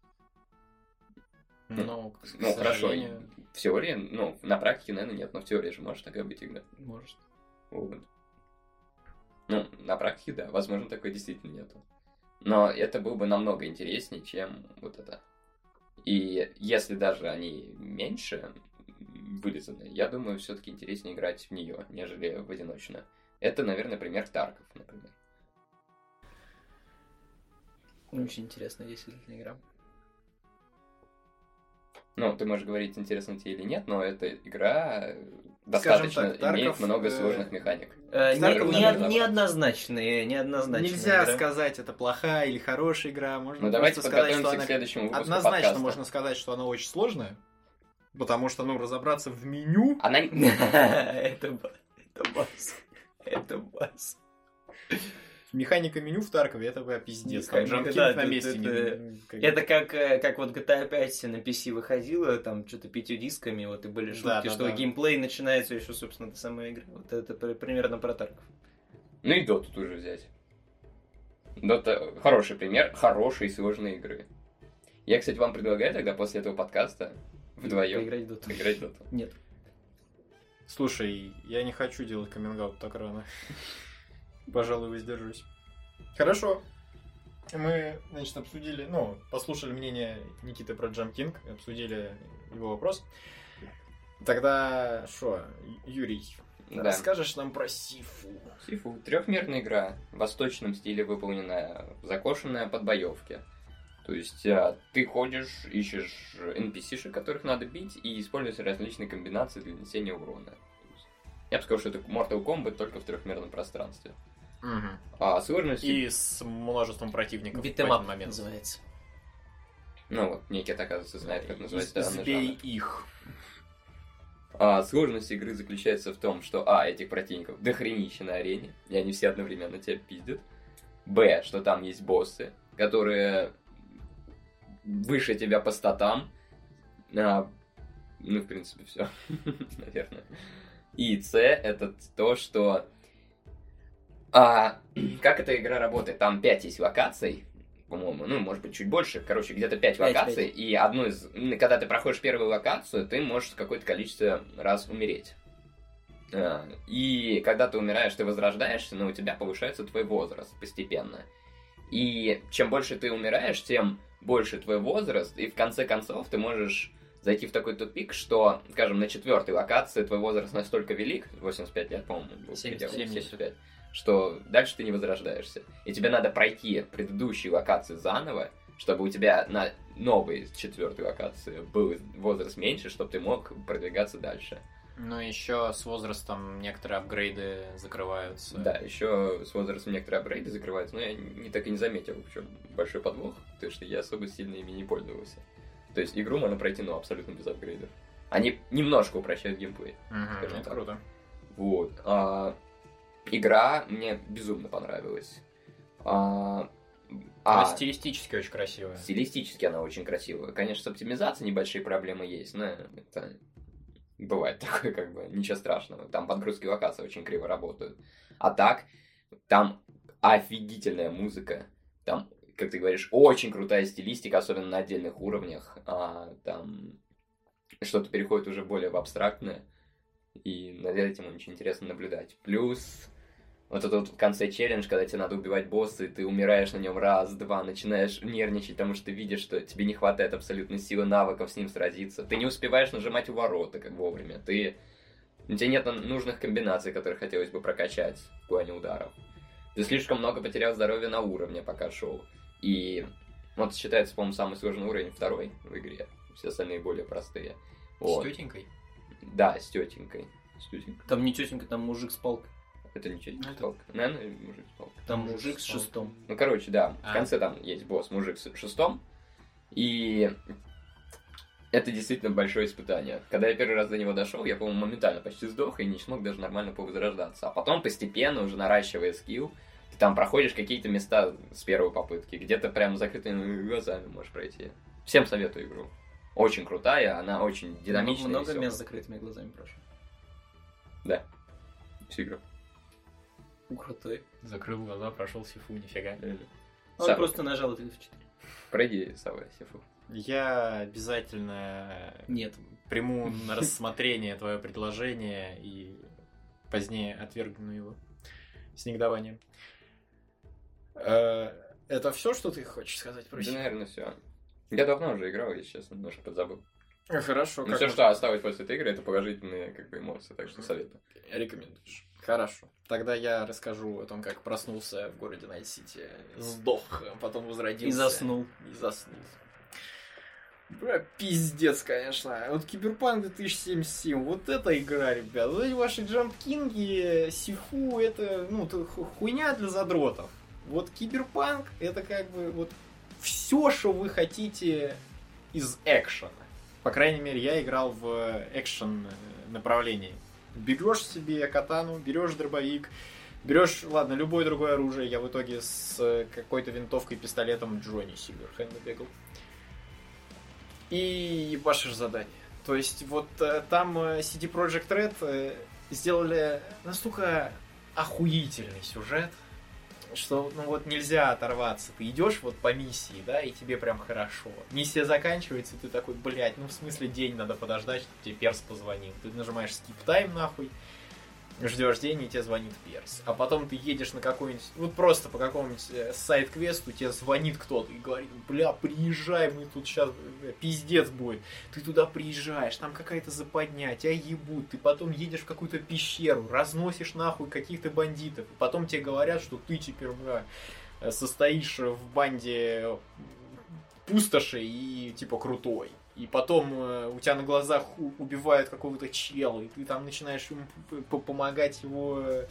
Ну, к Ну, хорошо, сожалению. в теории, ну, на практике, наверное, нет, но в теории же может такая быть игра. Может. Вот. Ну, на практике, да, возможно, такой действительно нету. Но это было бы намного интереснее, чем вот это. И если даже они меньше вырезаны, я думаю, все-таки интереснее играть в нее, нежели в одиночную. Это, наверное, пример Тарков, например. Очень интересная действительно игра. Ну, ты можешь говорить, интересно тебе или нет, но эта игра достаточно так, Тарков, имеет много э, сложных механик. Э, Тарков, не, не, наверное, неоднозначная, неоднозначная Нельзя игра. сказать, это плохая или хорошая игра. Можно Ну, давайте просто сказать, что подготовимся она... к следующему выпуску Однозначно подкаста. можно сказать, что она очень сложная. Потому что, ну, разобраться в меню... Она... Это ба- это бас. Это бас. Механика меню в Таркове, это бы пиздец. Там Механика, Джамп да, Кинг на это- месте. это- не- как- Это как, э, как вот джи ти эй пять на пи си выходила, там что-то пятью дисками, вот и были шутки, Да, да, что да. геймплей начинается еще, собственно, до самой игры. Вот это при- примерно про Тарков. Ну и Доту тоже взять. Дота хороший пример хорошей сложной игры. Я, кстати, вам предлагаю тогда после этого подкаста вдвоем Поиграть в доту. играть в Доту. Нет. Слушай, я не хочу делать каминг-аут так рано. Пожалуй, воздержусь. Хорошо. Мы, значит, обсудили, ну, послушали мнение Никиты про Jump King, обсудили его вопрос. Тогда, что, Юрий, Да. расскажешь нам про Сифу? Сифу. Трехмерная игра, в восточном стиле выполненная, закошенная под боевки. То есть а, ты ходишь, ищешь эн пи си-шек, которых надо бить, и используешь различные комбинации для нанесения урона. То есть, я бы сказал, что это Mortal Kombat только в трехмерном пространстве. А сложность... И с множеством противников в Битэмап один момент. называется. Ну вот, Никит, оказывается, знает, как называется данный Сбей жанр. их. А сложность игры заключается в том, что а, этих противников дохренища на арене, и они все одновременно тебя пиздят. Б, что там есть боссы, которые выше тебя по статам. А, ну, в принципе, все, наверное. И С, это то, что... А, как эта игра работает? Там пять есть локаций, по-моему, ну, может быть, чуть больше. Короче, где-то пять Пять, локаций, пять. и одну из... Когда ты проходишь первую локацию, ты можешь какое-то количество раз умереть. А, И когда ты умираешь, ты возрождаешься, но у тебя повышается твой возраст постепенно. И чем больше ты умираешь, тем больше твой возраст, и в конце концов ты можешь зайти в такой тупик, что, скажем, на четвертой локации твой возраст настолько велик, восемьдесят пять лет, по-моему, был семьдесят, предел, семьдесят. семьдесят пять, что дальше ты не возрождаешься. И тебе надо пройти предыдущие локации заново, чтобы у тебя на новой четвертой локации был возраст меньше, чтобы ты мог продвигаться дальше. Ну, еще с возрастом некоторые апгрейды закрываются. Да, еще с возрастом некоторые апгрейды закрываются, но я не так и не заметил, в чем большой подвох, потому что я особо сильно ими не пользовался. То есть игру можно пройти, ну, абсолютно без апгрейдов. Они немножко упрощают геймплей. Мгм, скажем это так. круто. Вот. А, игра мне безумно понравилась. А, Она а, стилистически очень красивая. стилистически она очень красивая. Конечно, с оптимизацией небольшие проблемы есть, но это бывает такое, как бы, ничего страшного. Там подгрузки локаций очень криво работают. А так, там офигительная музыка. Там, как ты говоришь, очень крутая стилистика, особенно на отдельных уровнях. А, там что-то переходит уже более в абстрактное. И над этим очень интересно наблюдать. Плюс вот этот вот в конце челлендж, когда тебе надо убивать босса, и ты умираешь на нем раз, два, начинаешь нервничать, потому что ты видишь, что тебе не хватает абсолютно силы навыков с ним сразиться. Ты не успеваешь нажимать у ворота как вовремя. Ты... У тебя нет нужных комбинаций, которые хотелось бы прокачать в плане ударов. Ты слишком много потерял здоровья на уровне, пока шел. И вот считается, по-моему, самый сложный уровень второй в игре. Все остальные более простые. Вот. С тетенькой? Да, с тетенькой. С тетенькой. Там не тетенька, там мужик с палкой. Это не тетенька, Ну, это- палка. Наверное, мужик с палкой. Там Мужик мужик с с палкой. шестом. Ну, короче, да. А. В конце там есть босс, мужик с шестом. И это действительно большое испытание. Когда я первый раз до него дошел, я, по-моему, моментально почти сдох и не смог даже нормально повозрождаться. А потом постепенно, уже наращивая скилл, ты там проходишь какие-то места с первой попытки. Где-то прям закрытыми глазами можешь пройти. Всем советую игру. Очень крутая, она очень динамичная. Много весёлая. мест с закрытыми глазами прошу. Да. Всю игру. Крутой. Закрыл глаза, прошел Сифу, нифига. Он Сам. просто нажал это эф четыре. Пройди, Сава, Сифу. Я обязательно Нет. приму на рассмотрение твое предложение и позднее отвергну его с негодованием. Э, Это все, что ты хочешь сказать про Да, Сифу? наверное, все. Я давно уже играл, если честно, немножко подзабыл. Э, Хорошо. Но как все, можно- что осталось после этой игры, это положительные как бы, эмоции, так что советую. Рекомендуешь. Хорошо. Тогда я расскажу о том, как проснулся в городе Найт-Сити, сдох, а потом возродился. И заснул. И заснул. Бля, пиздец, конечно. Вот Киберпанк две тысячи семьдесят семь, вот эта игра, ребят. Вот эти ваши джампкинги, Сифу, это, ну, это ху- хуйня для задротов. Вот Киберпанк, это как бы вот все, что вы хотите из экшена. По крайней мере, я играл в экшен направлении. Берешь себе катану, берешь дробовик, Берешь, ладно, любое другое оружие. Я в итоге с какой-то винтовкой, пистолетом Джонни Сильверхэнда бегал. И ебашишь задание. То есть вот там си ди Projekt Red сделали настолько охуительный сюжет, что ну вот нельзя оторваться. Ты идешь вот по миссии, да, и тебе прям хорошо. Миссия заканчивается, и ты такой, блядь, ну в смысле день надо подождать, чтобы тебе перс позвонил. Ты нажимаешь skip time нахуй, ждешь день, и тебе звонит перс. А потом ты едешь на какой-нибудь, вот просто по какому-нибудь сайт-квесту, тебе звонит кто-то и говорит, бля, приезжай, мы тут сейчас пиздец будет. Ты туда приезжаешь, там какая-то западня, тебя ебут, ты потом едешь в какую-то пещеру, разносишь нахуй каких-то бандитов, и потом тебе говорят, что ты теперь, бля, состоишь в банде пустоши и типа крутой. И потом э, у тебя на глазах убивают какого-то чела, и ты там начинаешь ему помогать его... Э,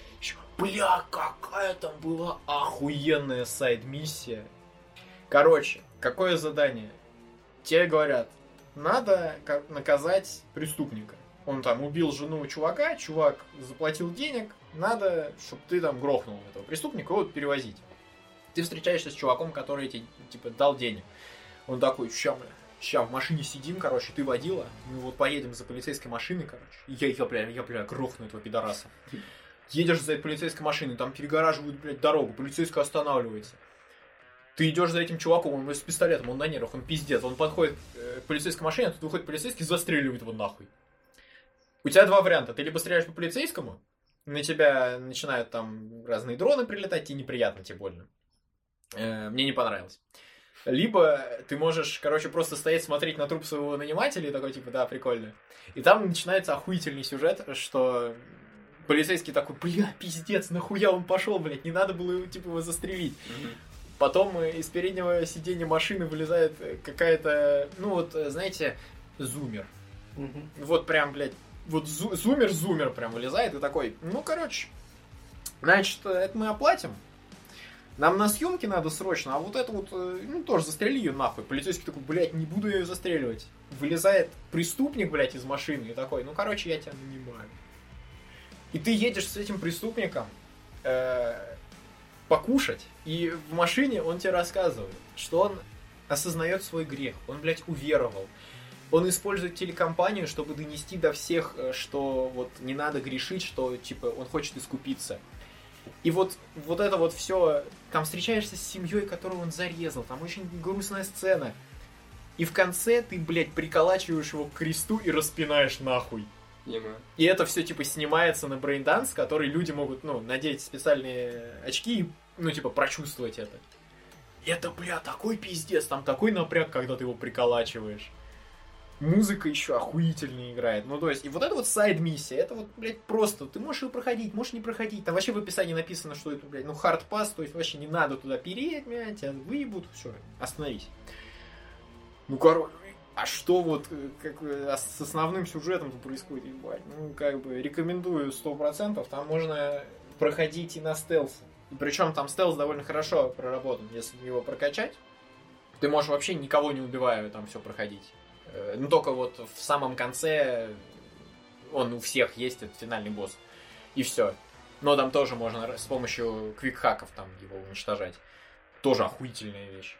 бля, какая там была охуенная сайд-миссия. Короче, какое задание? Тебе говорят, надо наказать преступника. Он там убил жену чувака, чувак заплатил денег, надо, чтобы ты там грохнул этого преступника, вот перевозить. Ты встречаешься с чуваком, который тебе, типа, дал денег. Он такой, ща, бля. Сейчас в машине сидим, короче, ты водила, мы вот поедем за полицейской машиной, короче, и я, я, бля, я, бля, грохну этого пидораса. Едешь за полицейской машиной, там перегораживают, блядь, дорогу, полицейская останавливается. Ты идешь за этим чуваком, он с пистолетом, он на нервах, он пиздец, он подходит к полицейской машине, а тут выходит полицейский, застреливает его нахуй. У тебя два варианта, ты либо стреляешь по полицейскому, на тебя начинают там разные дроны прилетать, тебе неприятно, тебе больно. Э, мне не понравилось. Либо ты можешь, короче, просто стоять, смотреть на труп своего нанимателя и такой, типа, да, прикольно. И там начинается охуительный сюжет, что полицейский такой, бля, пиздец, нахуя он пошел, блядь, не надо было, типа, его застрелить. Mm-hmm. Потом из переднего сиденья машины вылезает какая-то, ну вот, знаете, зумер. Mm-hmm. Вот прям, блядь, вот зумер-зумер прям вылезает и такой, ну, короче, значит, это мы оплатим. Нам на съемки надо срочно, а вот это вот, ну, тоже застрели ее нахуй. Полицейский такой, блядь, не буду ее застреливать. Вылезает преступник, блядь, из машины и такой, ну, короче, я тебя нанимаю. И ты едешь с этим преступником э, покушать, и в машине он тебе рассказывает, что он осознает свой грех, он, блядь, уверовал. Он использует телекомпанию, чтобы донести до всех, что вот не надо грешить, что, типа, он хочет искупиться. И вот, вот это вот все, там встречаешься с семьей, которую он зарезал, там очень грустная сцена. И в конце ты, блядь, приколачиваешь его к кресту и распинаешь нахуй. Yeah. И это все, типа, снимается на брейнданс, который люди могут, ну, надеть специальные очки и, ну, типа, прочувствовать это. И это, бля, такой пиздец, там такой напряг, когда ты его приколачиваешь. Музыка еще охуительно играет. Ну, то есть, и вот это вот сайд-миссия, это вот, блядь, просто, ты можешь ее проходить, можешь не проходить. Там вообще в описании написано, что это, блядь, ну, хард-пас, то есть, вообще не надо туда переть, блядь, тебя выебут, все, остановись. Ну, короче, а что вот, как с основным сюжетом происходит, ебать? Ну, как бы, рекомендую сто процентов, там можно проходить и на стелс. И причем там стелс довольно хорошо проработан, если его прокачать. Ты можешь вообще никого не убивая там все проходить. Ну, только вот в самом конце он у всех есть, этот финальный босс. И все. Но там тоже можно с помощью квикхаков там его уничтожать. Тоже охуительная вещь.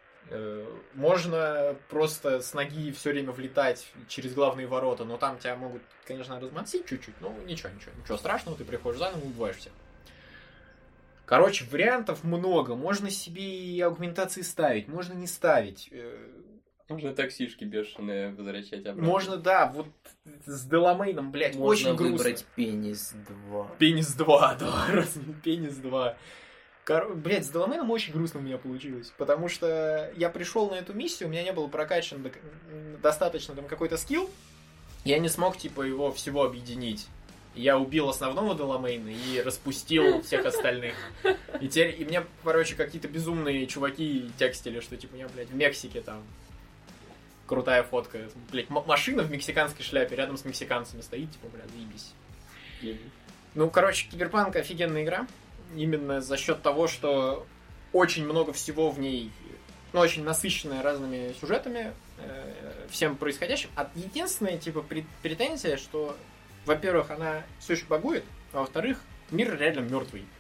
Можно просто с ноги все время влетать через главные ворота, но там тебя могут, конечно, размансить чуть-чуть, но ничего, ничего, ничего страшного, ты приходишь заново и убиваешь всех. Короче, вариантов много. Можно себе и аугментации ставить, можно не ставить. Можно таксишки бешеные возвращать обратно. Можно, да, вот с Деламейном, блядь, можно очень грустно. Можно выбрать Пенис два. Пенис два, да, Пенис два. Кор... Блядь, с Деламейном очень грустно у меня получилось, потому что я пришел на эту миссию, у меня не было прокачан до... достаточно там какой-то скилл, я не смог, типа, его всего объединить. Я убил основного Деламейна и распустил всех остальных. И теперь, и мне, короче, какие-то безумные чуваки текстили, что, типа, я, блядь, в Мексике там крутая фотка. Блядь, м- машина в мексиканской шляпе рядом с мексиканцами стоит, типа, блядь, заебись. Mm-hmm. Ну, короче, Киберпанк офигенная игра. Именно за счет того, что очень много всего в ней, ну, очень насыщенная разными сюжетами, э, всем происходящим. А единственная, типа, претензия, что, во-первых, она все еще багует, а во-вторых, мир реально мертвый.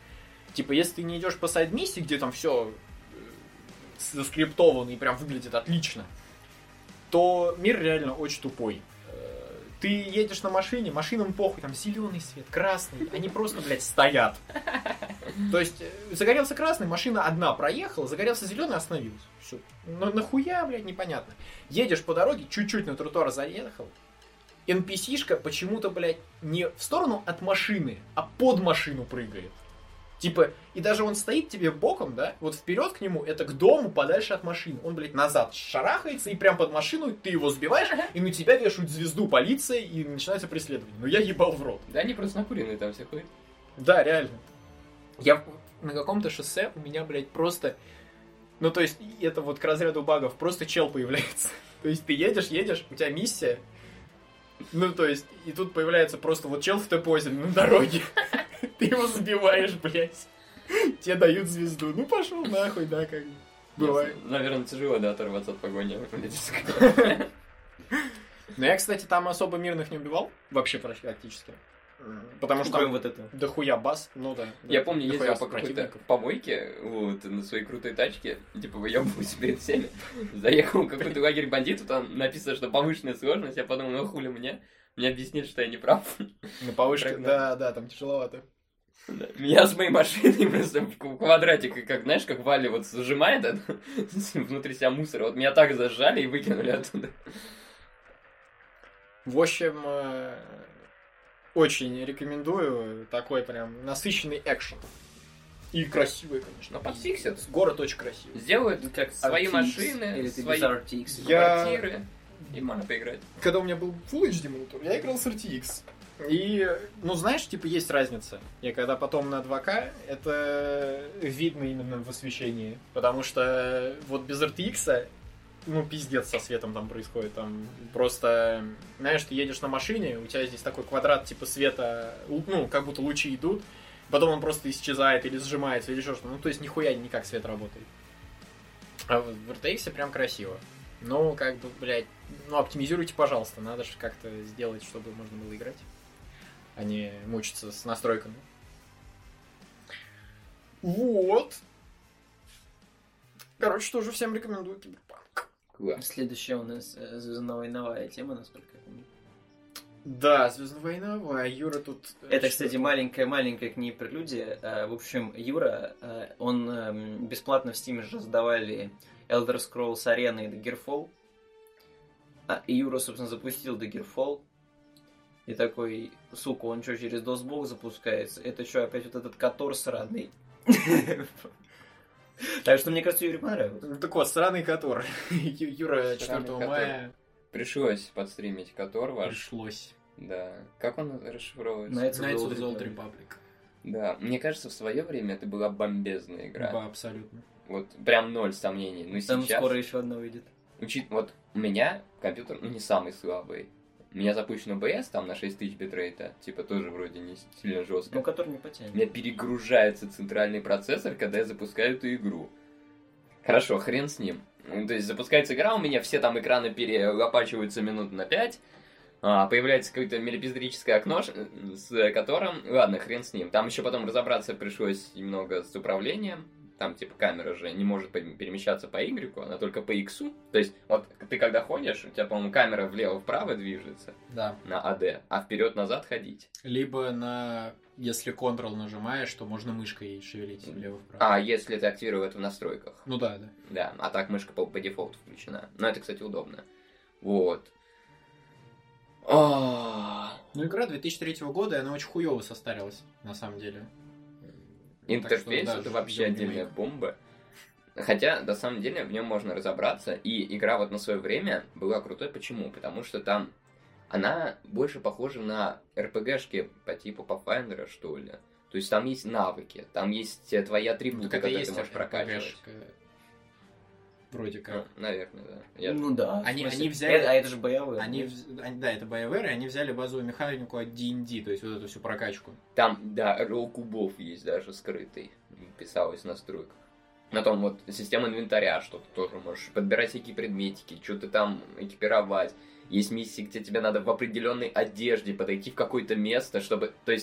Типа, если ты не идешь по сайд-миссии, где там все заскриптовано и прям выглядит отлично, то мир реально очень тупой. Ты едешь на машине, машинам похуй, там зеленый свет, красный, они просто, блядь, стоят. То есть, загорелся красный, машина одна проехала, загорелся зеленый, остановился. Все. Но нахуя, блядь, непонятно. Едешь по дороге, чуть-чуть на тротуар заехал, эн пи си-шка почему-то, блядь, не в сторону от машины, а под машину прыгает. Типа, и даже он стоит тебе боком, да, вот вперед к нему, это к дому, подальше от машины. Он, блядь, назад шарахается, и прям под машину ты его сбиваешь, и на тебя вешают звезду полиция, и начинается преследование. Ну я ебал в рот. Да они просто накуренные там все ходят. Да, реально. Я на каком-то шоссе, у меня, блядь, просто... Ну, то есть, это вот к разряду багов, просто чел появляется. То есть, ты едешь, едешь, у тебя миссия. Ну, то есть, и тут появляется просто вот чел в Т-позе на дороге. Ты его сбиваешь, блядь. Тебе дают звезду. Ну, пошел нахуй, да, как бы. Бывает. Наверное, тяжело, да, оторваться от погони. Ну, я, кстати, там особо мирных не убивал. Вообще практически. Потому что там вот это. дохуя бас, ну да. Я помню, ездил по какой-то противников. помойке, вот, на своей крутой тачке, типа, выебываюсь перед всеми. Заехал в какой-то лагерь бандитов, там написано, что повышенная сложность, я подумал, ну хули мне? Мне объяснили, что я не прав. На повышке, Прогнал. да, да, там тяжеловато. Да. Меня с моей машиной просто в квадратик, как, знаешь, как Валли вот зажимает это, внутри себя мусор, вот меня так зажали и выкинули оттуда. В общем, э, очень рекомендую. Такой прям насыщенный экшен. И красивый, конечно. Но подфиксят. Город очень красивый. Сделают Как свои ар ти экс, машины, или ты свои без ар ти экс? Я- квартиры, и можно поиграть. Когда у меня был Full эйч ди монитор, я играл с эр ти экс. И, ну, знаешь, типа, есть разница. Я когда потом на два ка, это видно именно в освещении. Потому что вот без эр ти экс, ну, пиздец со светом там происходит. Там просто, знаешь, ты едешь на машине, у тебя здесь такой квадрат типа света, ну, как будто лучи идут. Потом он просто исчезает или сжимается, или еще что-то. Ну, то есть, нихуя никак свет работает. А вот в эр ти экс прям красиво. Ну, как бы, блядь, ну, оптимизируйте, пожалуйста. Надо же как-то сделать, чтобы можно было играть. А не мучиться с настройками. Вот. Короче, тоже всем рекомендую Киберпанк. Класс. Следующая у нас э, звездно-войновая тема, насколько я помню. Да, Звездная война, а Юра тут... Это, кстати, маленькая-маленькая к ней прелюдия. Э, В общем, Юра, э, он эм, бесплатно в Steam же раздавали Elder Scrolls Arena и Daggerfall. А, И Юра, собственно, запустил Daggerfall. И такой, сука, он что, через дос-бок запускается? Это что, опять вот этот Котор сраный? Так что, мне кажется, Юре понравилось. Ну, так вот, сраный Котор. Ю- Юра четвёртого Котор. мая Пришлось подстримить Котор ваш. пришлось. Да. Как он расшифровывается? Knights Knights of of the the Old Old Republic. Republic. Да. Мне кажется, в свое время это была бомбезная игра. Да, абсолютно. Вот прям ноль сомнений. Но Там сейчас... скоро еще одна выйдет. Учит... Вот у меня компьютер, ну, не самый слабый. У меня запущен о бэ эс там на шесть тысяч битрейта. Типа тоже вроде не сильно жестко. Ну, который не У потянет. меня перегружается центральный процессор, когда я запускаю эту игру. Хорошо, хрен с ним. Ну, то есть запускается игра, у меня все там экраны перелопачиваются минут на пять. А, появляется какое-то мелепиздрическое окно, ш- с которым... Ладно, хрен с ним. Там еще потом разобраться пришлось немного с управлением. Там, типа, камера же не может по- перемещаться по Y, она только по X. То есть, вот ты когда ходишь, у тебя, по-моему, камера влево-вправо движется Да. на эй ди, а вперед-назад ходить. Либо на... Если Ctrl нажимаешь, то можно мышкой шевелить влево-вправо. А, если ты активировал это в настройках. Ну да, да. Да, а так мышка по, по дефолту включена. Но это, кстати, удобно. Вот. А, Ну, игра две тысячи третьего года, и она очень хуёво состарилась, на самом деле. Интерфейс Так что, да, это вообще ждём отдельная ремейк. бомба. Хотя, на самом деле, в нем можно разобраться. И игра вот на свое время была крутой. Почему? Потому что там она больше похожа на эр пи джи-шки по типу Pathfinder, что ли. То есть там есть навыки, там есть э, твои атрибуты, Ну, так это которые есть ты можешь прокачивать. РПГшка. Вроде Ну, как. наверное, да. Я- Ну да. в Они- смысле, они взяли- э, А это же боевые. Они, вз- они- да, это BioWare, и они взяли базовую механику от ди энд ди, то есть вот эту всю прокачку. Там, да, ролл кубов есть даже скрытый. Писалось в настройках. На том вот система инвентаря, что ты тоже можешь подбирать всякие предметики, что-то там экипировать. Есть миссии, где тебе надо в определенной одежде подойти в какое-то место, чтобы... То есть,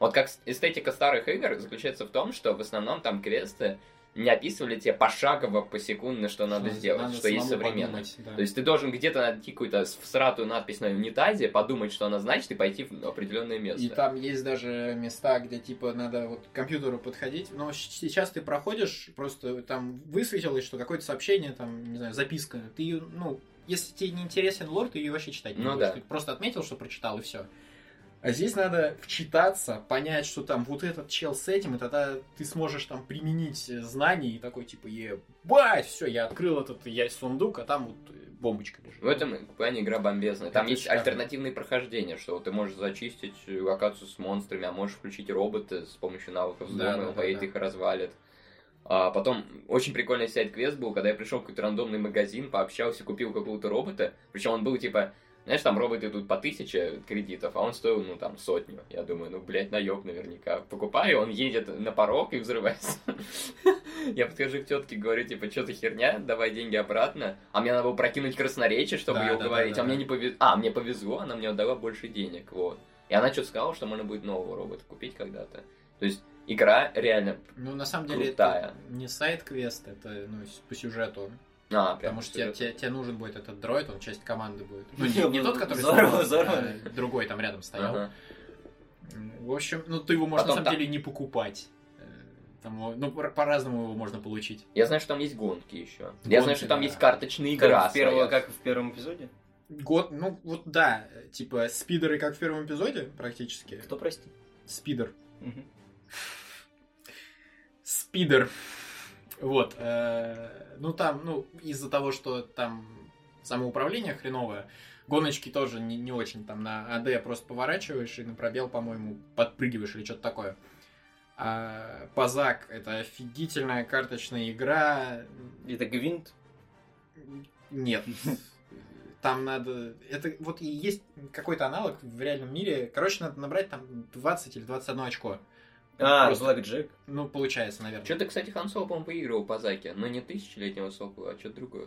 Вот как эстетика старых игр заключается в том, что в основном там квесты не описывали тебе пошагово, посекундно, что надо Что сделать, надо что есть самому современно. подумать, да. То есть ты должен где-то найти какую-то всратую надпись на унитазе, подумать, что она значит, и пойти в определенное место. И там есть даже места, где, типа, надо вот к компьютеру подходить. Но щ- сейчас ты проходишь, просто там высветилось, что какое-то сообщение, там, не знаю, записка. Ты ее, ну, если тебе не интересен лор, ты ее вообще читать не Ну будешь. да. Ты просто отметил, что прочитал, и все. А здесь надо вчитаться, понять, что там вот этот чел с этим, и тогда ты сможешь там применить знания и такой, типа, ебать, все, я открыл этот я сундук, а там вот бомбочка лежит. В этом плане игра бомбезная. Там Это есть шикарно. альтернативные прохождения, что ты можешь зачистить локацию с монстрами, а можешь включить робота с помощью навыков взлома, Да, да, он поедет да, их и развалит. А потом очень прикольный сайт-квест был, когда я пришел в какой-то рандомный магазин, пообщался, купил какого-то робота, причем он был типа, знаешь, там роботы идут по тысяче кредитов, а он стоил, ну, там, сотню. Я думаю, ну, блядь, наеб наверняка. Покупаю, он едет на порог и взрывается. Я подхожу к тетке, говорю, типа, что за херня, давай деньги обратно. А мне надо было прокинуть красноречие, чтобы Да, ее да, уговорить. да, да, А мне да. не повезло. А, мне повезло, она мне отдала больше денег, вот. И она что-то сказала, что можно будет нового робота купить когда-то. То есть, игра реально... Ну, на самом деле, крутая. это не сайт-квест, это, ну, по сюжету. А, прям Потому что тебе, сюжет. тебе, тебе нужен будет этот дроид, он часть команды будет. Ну, Не, не, не ну, тот, который здорово, стоял, здорово. а другой там рядом стоял. Ага. В общем, ну ты его можешь Потом на самом там- деле не покупать. Э, Там, ну, по- по-разному его можно получить. Я знаю, что там есть гонки еще. Я Гонки, знаю, что там да. есть карточная игра. Как в, первого, своя. как в первом эпизоде? Год, ну вот да, э, типа спидеры, как в первом эпизоде, практически. Кто, прости? Спидер. Мгм. Спидер. Вот. э, Ну там, ну, из-за того, что там самоуправление хреновое, гоночки тоже не, не очень там на АД просто поворачиваешь и на пробел, по-моему, подпрыгиваешь или что-то такое. А Пазак — это офигительная карточная игра. Это Гвинт? Нет. Там надо... Это вот и есть какой-то аналог в реальном мире. Короче, надо набрать там двадцать или двадцать одно очко. А, Просто- Блэк Джек. Ну, получается, наверное. Что-то, кстати, Хан Соло, по-моему, выигрывал по Заке, но не тысячелетнего Сокола, а что-то другое.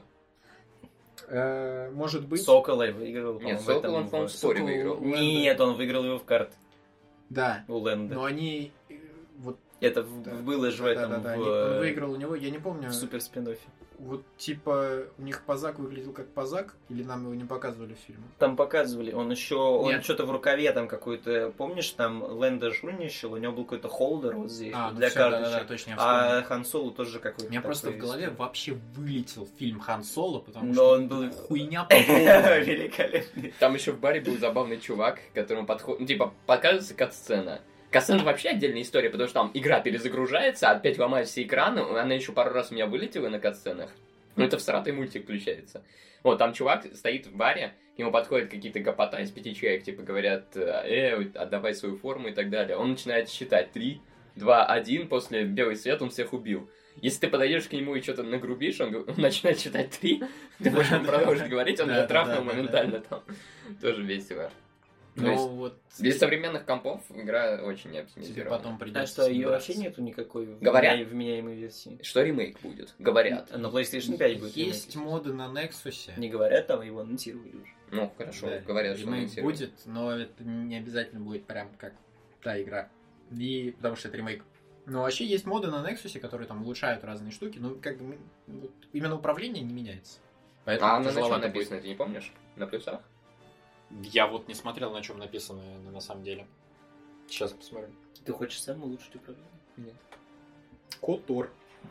Э, Может быть... Сокола выиграл, Нет, по-моему, в Сокол этом он, по-моему, в в- споре Сокол- выиграл. Нет, он выиграл его в карт Да. у Лэнда. Но они... э, Вот, Это в- да, было же в да, этом, да, да, в, они- он э, выиграл у него, я не помню. в супер спин Вот, типа, у них Пазак выглядел как Пазак, или нам его не показывали в фильме? Там показывали, он еще, он Нет. что-то в рукаве там какой-то, помнишь, там Лэнда жульничал, у него был какой-то холдер вот здесь, А, вот ну для всё, да, карточек. да, да, точно, я А вспомнил. Хан Соло тоже какой-то У меня просто в такой голове есть. вообще вылетел фильм Хан Соло, потому Но что он был- хуйня полная. Великолепный. Там еще в баре был забавный чувак, к которому подходит... Ну, типа, показывается кат-сцена. Кат-сцена вообще отдельная история, потому что там игра перезагружается, опять ломают все экраны, она еще пару раз у меня вылетела на кат-сценах. Ну, это всратый мультик включается. Вот, там чувак стоит в баре, к нему подходят какие-то гопота из пяти человек, типа, говорят, э, отдавай свою форму и так далее. Он начинает считать три, два, один, после белый свет он всех убил. Если ты подойдешь к нему и что-то нагрубишь, он, г- он начинает считать три, ты можешь ему продолжить говорить, он Да, тебя да, трахнул да, да, моментально там. Тоже весело. То Ну, есть, вот... без современных компов игра очень не Тебе оптимизирована. потом А придется что, с ним ее драться. вообще нету никакой в Говорят. вменяй- вменяемой версии? Что ремейк будет? Говорят. На PlayStation пять будет Есть ремейк. моды на Nexus. Не говорят, там его анонсировали уже. Ну, хорошо, Да, говорят, что ремейк анонсируют. будет, но это не обязательно будет прям как та игра. И потому что это ремейк. Но вообще есть моды на Nexus, которые там улучшают разные штуки, но как бы мы- вот именно управление не меняется. Поэтому А на чем тяжеловато написано, ты не помнишь? На плюсах? будет. Я вот не смотрел, на чем написано на, на самом деле. Сейчас посмотрим. Ты хочешь сам улучшить управление? Нет. Котор.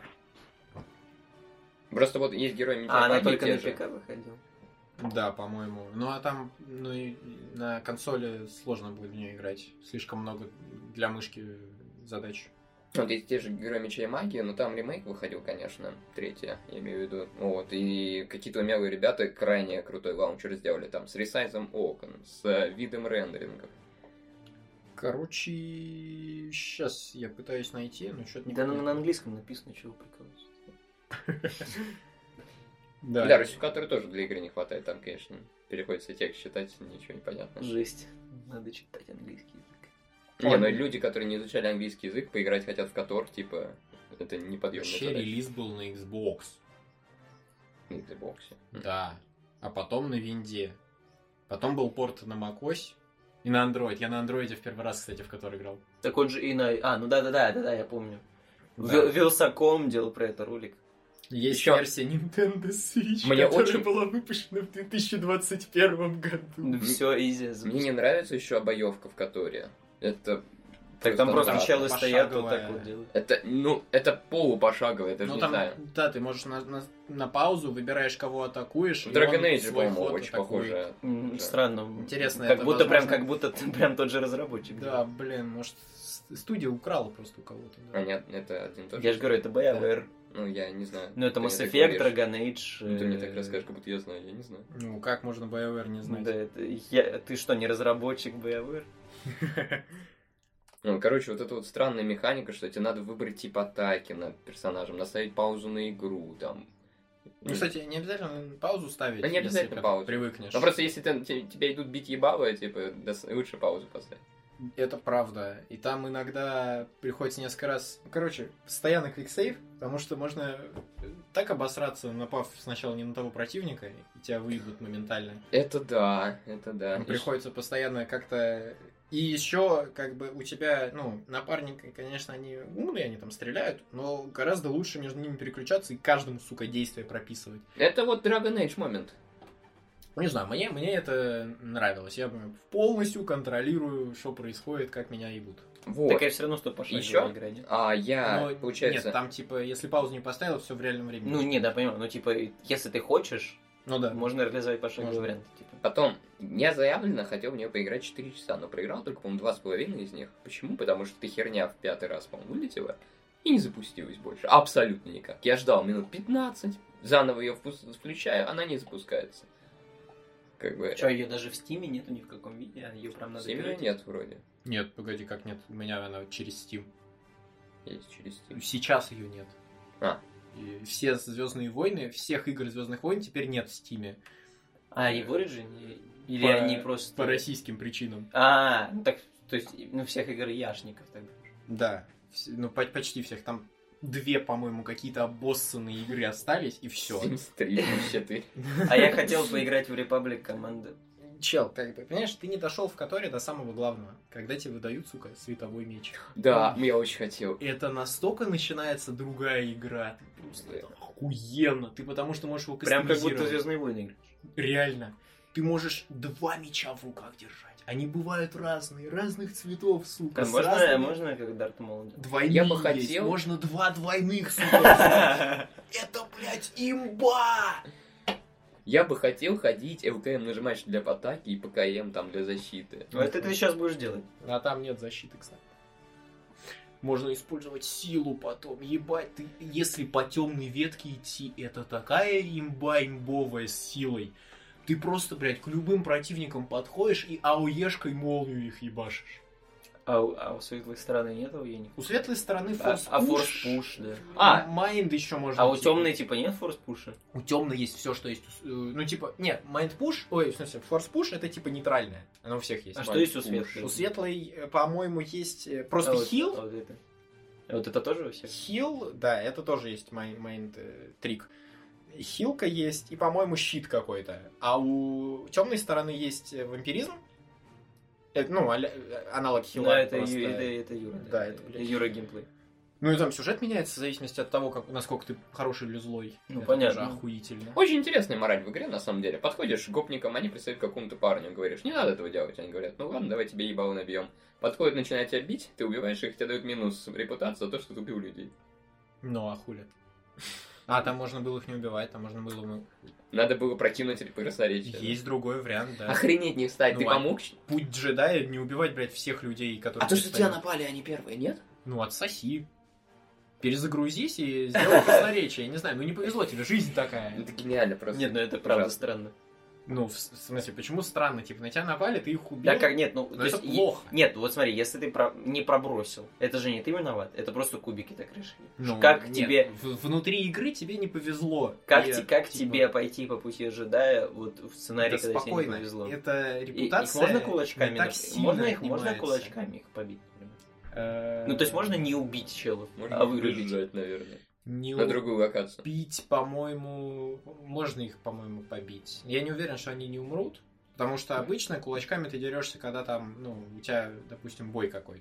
Просто вот есть герой Митя А, она Магии, только те на же. ПК выходила? Да, по-моему. Ну а там, ну и на консоли сложно будет в нее играть. Слишком много для мышки задач. Вот есть те же герои Меча и Магии, но там ремейк выходил, конечно, третья, я имею в виду. Вот, и какие-то умелые ребята крайне крутой лаунчер сделали там с ресайзом окон, с э, видом рендерингов. Короче, сейчас я пытаюсь найти, но что-то не Да помню. на, на английском написано, чего прикалываешься. Да. Да, русификатора тоже для игры не хватает, там, конечно, приходится текст читать, ничего не понятно. Жесть. Надо читать английский язык. Не, ну люди, которые не изучали английский язык, поиграть хотят в Котор, типа, это неподъемная Вообще задача. релиз был на Xbox. На Xbox. Да. А потом на Винде. Потом был порт на macOS и на Android. Я на андроиде в первый раз, кстати, в который играл. Так он же и на... А, ну да-да-да, да-да, я помню. Да. Вилсаком делал про это ролик. Есть Ещё- версия Nintendo Switch, Мне которая очень- была выпущена в две тысячи двадцать первом году. Все, изи. Мне не нравится еще боевка в Которе. Это... Так там просто да, челы стоят, вот пошаговая. так вот делают. Это, ну, это полупошаговое, я даже Ну не там, знаю. да, ты можешь на, на, на паузу, выбираешь, кого атакуешь. В и Dragon он Age, свой по-моему, ход очень атакует. похоже. М, Да. Странно. Интересно, Как это будто прям, возможно- как будто ты прям тот же разработчик. Да, блин, может, с- студия украла просто у кого-то. Да. А нет, это один и тот же. Я же говорю, это BioWare. Ну, я не знаю. Ну, это Ты Mass мне так Effect, говоришь. Dragon Age. Ну, ты мне так э, расскажешь, как будто я знаю, я не знаю. Ну, как можно BioWare не знать? Да, это... я- Ты что, не разработчик BioWare? Ну, короче, вот эта вот странная механика, что тебе надо выбрать тип атаки над персонажем, наставить паузу на игру, там. Ну, кстати, не обязательно паузу ставить, Да не если обязательно к- паузу. привыкнешь. Ну, просто если ты, те- тебя идут бить ебалые, типа, да с- лучше паузу поставить. Это правда. И там иногда приходится несколько раз... Ну, короче, постоянно квиксейв, потому что можно так обосраться, напав сначала не на того противника, и тебя выебут моментально. Это да, это да. И Приходится постоянно как-то... И еще, как бы, у тебя, ну, напарники, конечно, они умные, они там стреляют, но гораздо лучше между ними переключаться и каждому, сука, действие прописывать. ш- Это вот Dragon Age момент. Ну, не знаю, мне, мне это нравилось. Я полностью контролирую, что происходит, как меня ебут. Вот. Так я все равно что пошаговая Еще? игра, нет? А я, Но получается... Нет, там, типа, если паузу не поставил, все в реальном времени. Ну, не, да, понимаю. Ну, типа, если ты хочешь, Ну да. можно реализовать пошаговый Можно. вариант. Типа. Потом, я заявленно хотел в нее поиграть четыре часа, но проиграл только, по-моему, два с половиной из них. Почему? Потому что ты херня в пятый раз, по-моему, вылетела и не запустилась больше. Абсолютно никак. Я ждал минут пятнадцать, заново ее включаю, она не запускается. Как бы... Че, ее даже в Стиме нету ни в каком виде, а ее прям надо Семьи играть? нет вроде. Нет, погоди, как нет? У меня она через Steam. Есть через Steam. Сейчас ее нет. А. И все Звездные войны, всех игр Звездных войн теперь нет в Стиме. А, и в Origin? Или По- они просто... По российским причинам. А, ну так, то есть, ну, всех игр яшников тогда. Да. Вс- Ну, по- почти всех. Там две, по-моему, какие-то обоссанные игры остались, и все. Sims три вообще ты. А я хотел поиграть в Republic Commando. Чел, как бы, понимаешь, ты не дошел в которой до самого главного, когда тебе выдают, сука, световой меч. Да, я очень хотел. Это настолько начинается другая игра, ты просто это охуенно, ты потому что можешь его Прям как кастомизировать. будто Звездные войны играешь. Реально. Ты можешь два меча в руках держать. Они бывают разные, разных цветов, сука. А с можно, разными- можно как Дарт Мол? Двойные Я бы есть, хотел- можно два двойных, сука. Это, блядь, имба! Я бы хотел ходить, ЛТМ нажимать для атаки и ПКМ там для защиты. Вот это ты сейчас будешь делать. А там нет защиты, кстати. Можно использовать силу потом. Ебать, ты, если по темной ветке идти, это такая имба имбовая с силой. Ты просто, блядь, к любым противникам подходишь и ауешкой молнию их ебашишь. А, у- а у светлой стороны нет уеник? У светлой стороны А, форс а форс пуш, да. А, А, майнд еще можно. а у типа. темной типа нет форс пуша? У темной есть все, что есть. у с- э, Ну, типа, нет, майнд пуш, ой, в смысле, форс пуш это типа нейтральное. Оно у всех есть. А Mind что есть у push. светлой? У светлой, э, по-моему, есть э, А просто вот- хил. а вот это? А вот это тоже у всех? Хил, да, это тоже есть майнд э, трик. Хилка есть и, по-моему, щит какой-то. А у темной стороны есть э, вампиризм. Это, ну, аля- э, аналог хила. Да, это, просто. Ю- это, это Юра. Да, это, блядь. Юра геймплей. Ну и там сюжет меняется в зависимости от того, как, насколько ты хороший или злой. Ну, Это понятно. тоже охуительно. Очень интересная мораль в игре, на самом деле. Подходишь к гопникам, они пристают к какому-то парню, говоришь, не надо этого делать. Они говорят, ну ладно, давай тебе ебало набьем. Подходят, начинают тебя бить, ты убиваешь их, тебе дают минус репутацию за то, что ты убил людей. Ну, а хули? А, там можно было их не убивать, там можно было... ну, Надо было прокинуть красноречие. Есть другой вариант, да. Охренеть не встать, Ну, ты а- помог? Путь джедая не убивать, блядь, всех людей, которые... А то, что перестали. тебя напали, они первые, нет? Ну, отсоси. Перезагрузись и сделай красноречие. Я не знаю, ну не повезло тебе, жизнь такая. Это гениально просто. Нет, ну это правда Ужасно. странно. Ну, в с- в смысле, почему странно? Типа, на тебя напали, ты их убил. Да как нет, ну Ну, то это есть, и- плохо. Нет, вот смотри, если ты про- не пробросил, это же не ты виноват, это просто кубики так решили. Ну, как нет, тебе, в- внутри игры тебе не повезло. как, И, те- как типа, тебе пойти по пути ожидая вот в сценарии, это когда тебе не спокойно. повезло? Это И- их репутация можно кулачками, не так нап- сильно можно их, можно отнимается. кулачками их побить, например? Э, Ну то есть можно не убить челов, Можно а вырубить. выбежать, наверное. не На другую локацию. убить, по-моему, можно их, по-моему, побить. Я не уверен, что они не умрут, потому что обычно кулачками ты дерешься, когда там, ну, у тебя, допустим, бой какой-то.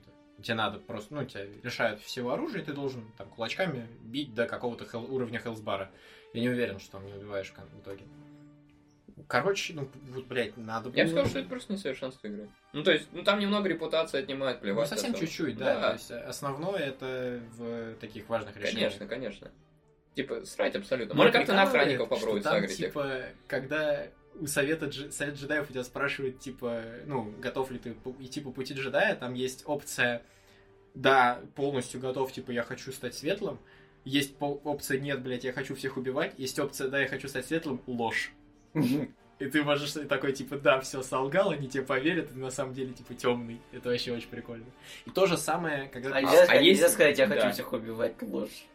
тебе надо просто, ну, тебя лишают всего оружия, и ты должен там кулачками бить до какого-то хел- уровня хелсбара. Я не уверен, что там не убиваешь в, кон- в итоге. Короче, ну, вот, блядь, надо было... Я бы сказал, что это просто несовершенство игры. Ну, то есть, ну, там немного репутации отнимает, Ну, плевать. совсем особо. чуть-чуть, да. Да. То есть основное это в таких важных решениях. Конечно, конечно. Типа, срать абсолютно. Меня Можно как-то на прикалывает, охранников попробовать что там, сагрить их. типа, когда у совета дж... совет джедаев у тебя спрашивают, типа, ну, готов ли ты по- идти по пути джедая, там есть опция, да, полностью готов, типа, я хочу стать светлым. Есть пол- опция, нет, блядь, я хочу всех убивать. Есть опция, да, я хочу стать светлым, ложь. И ты можешь такой, типа, да, все, солгал, они тебе поверят, и ты на самом деле, типа, темный. Это вообще очень прикольно. И то же самое, когда... А ты- нельзя, а сказать, есть- нельзя сказать, я да. хочу всех убивать, ложь.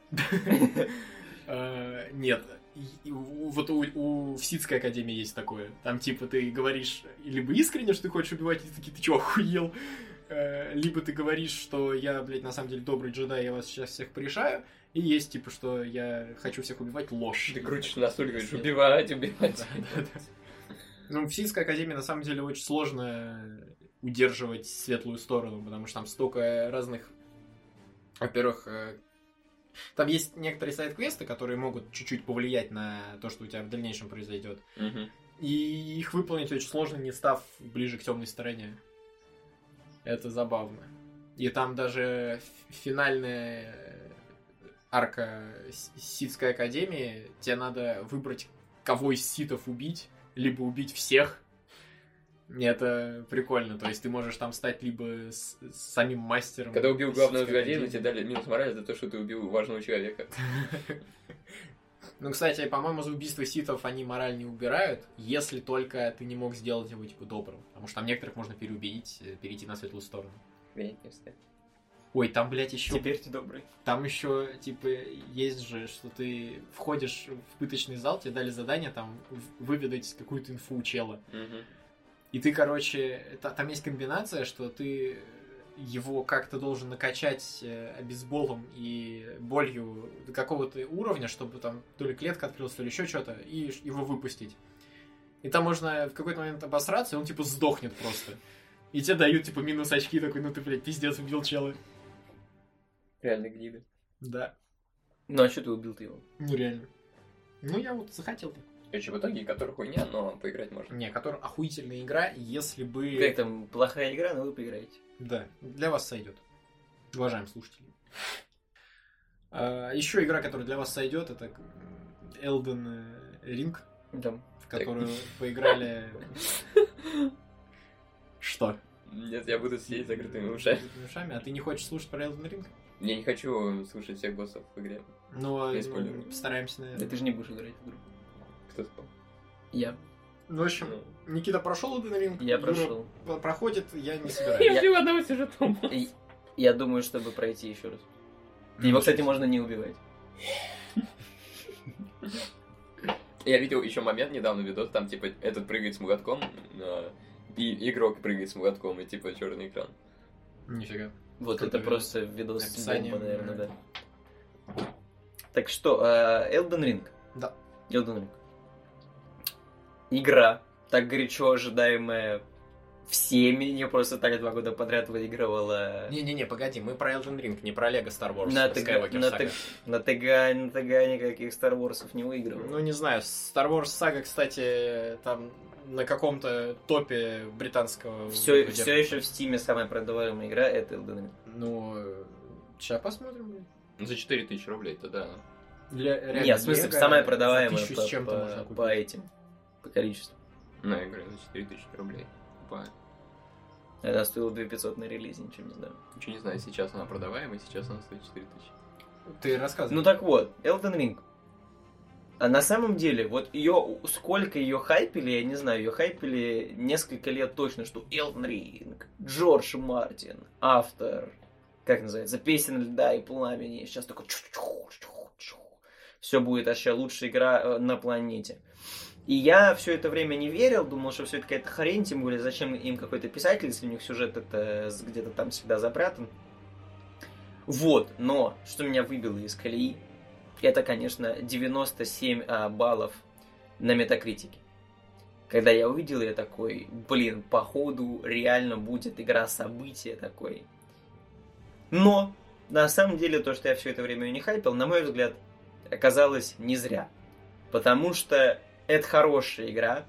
Э, Нет. И- и у- Вот у, у в Ситской академии есть такое. Там, типа, ты говоришь либо искренне, что ты хочешь убивать, и такие, ты чё, охуел? Э, Либо ты говоришь, что я, блядь, на самом деле добрый джедай, я вас сейчас всех порешаю. И есть, типа, что я хочу всех убивать, ложь. Ты крутишь на стуле, говоришь, убивать, убивать. Да, да, да. Ну, в Ситской академии, на самом деле, очень сложно удерживать светлую сторону, потому что там столько разных... Во-первых, э, там есть некоторые сайд-квесты, которые могут чуть-чуть повлиять на то, что у тебя в дальнейшем произойдет. Мгм. И их выполнить очень сложно, не став ближе к темной стороне. Это забавно. И там даже ф- финальная арка С- Ситской академии, тебе надо выбрать, кого из ситов убить, либо убить всех. И это прикольно. То есть ты можешь там стать либо с, с самим мастером. Когда убил главного Ситской злодея, академии. тебе дали минус морали за то, что ты убил важного человека. Ну, кстати, по-моему, за убийство ситов они мораль не убирают, если только ты не мог сделать его, типа, добрым. Потому что там некоторых можно переубить, э, перейти на светлую сторону. Блядь, не встать. Ой, там, блядь, еще... Теперь ты добрый. Там еще, типа, есть же, что ты входишь в пыточный зал, тебе дали задание там в- выведать какую-то инфу у чела. Мгм. И ты, короче, та- там есть комбинация, что ты его как-то должен накачать э, обезболом и болью до какого-то уровня, чтобы там то ли клетка открылась, то ли еще что-то, и ш- его выпустить. И там можно в какой-то момент обосраться, и он, типа, сдохнет просто. И тебе дают, типа, минус очки, такой, ну ты, блядь, пиздец, убил чела. Реально гнида. Да, Ну а что ты убил-то его? ну реально. Ну я вот захотел так. Короче, в итоге, который хуйня, но поиграть можно. Не, которая охуительная игра, если бы... Как там, плохая игра, но вы поиграете. Да, для вас сойдет. Уважаемые слушатели. А, еще игра, которая для вас сойдет, это Elden Ring, Там. в которую поиграли... Что? Нет, я буду сидеть с закрытыми ушами. Ушами? А ты не хочешь слушать про Elden Ring? Я не хочу слушать всех боссов в игре. Ну, Я ну, спойлерю. постараемся, Да наверное. ты же не будешь играть в игру. Кто сказал? Я. Ну, в общем, Ну. Никита прошел Elden Ring? Я Юра прошел. по- проходит, я не собираюсь. Я- убил одного сюжета. И- Я думаю, чтобы пройти еще раз. Его, кстати, можно не убивать. Я видел еще момент, недавно видос, там, типа, этот прыгает с мугатком, а, и игрок прыгает с мугатком, и, типа, черный экран. Нифига. Вот Круто, это просто видос с Описание, бомба, наверное, да. да. Так что, э, Elden Ring. Да. Elden Ring. Игра, так горячо ожидаемая всеми, не просто так два года подряд выигрывала Не-не-не, погоди, мы про Elden Ring, не про Лего Star Wars. на ТГ, Skywalker на, Saga. ТГ, на ТГ, на ТГ никаких Star Wars'ов не выигрывала. Ну, не знаю, Star Wars Saga, кстати, там на каком-то топе британского... все, держит. все еще в Стиме самая продаваемая игра это Elden Ring. Ну, сейчас посмотрим. блин. Ну, за четыре тысячи рублей-то, да. Для, реально, Нет, в смысле, Лего самая за продаваемая тысячу по, с чем-то по- можно купить. по этим, по количеству. Ну, я говорю, за четыре тысячи рублей. По... Она стоила две тысячи пятьсот на релизе, ничего не знаю. Ничего не знаю, сейчас она продаваемая, сейчас она стоит четыре тысячи. Ты рассказывай. Ну так вот, Elden Ring. А на самом деле, вот ее, сколько ее хайпили, я не знаю, ее хайпили несколько лет точно, что Elden Ring, Джордж Мартин, автор, как называется, песен льда и пламени. Сейчас такой все будет вообще лучшая игра э, на планете. И я все это время не верил, думал, что все это какая-то хрень, тем более, зачем им какой-то писатель, если у них сюжет это где-то там всегда запрятан. Вот, но что меня выбило из колеи, это, конечно, девяносто семь а, баллов на Метакритике. Когда я увидел, я такой, блин, походу реально будет игра события такой. Но, на самом деле, то, что я все это время ее не хайпил, на мой взгляд, оказалось не зря. Потому что это хорошая игра,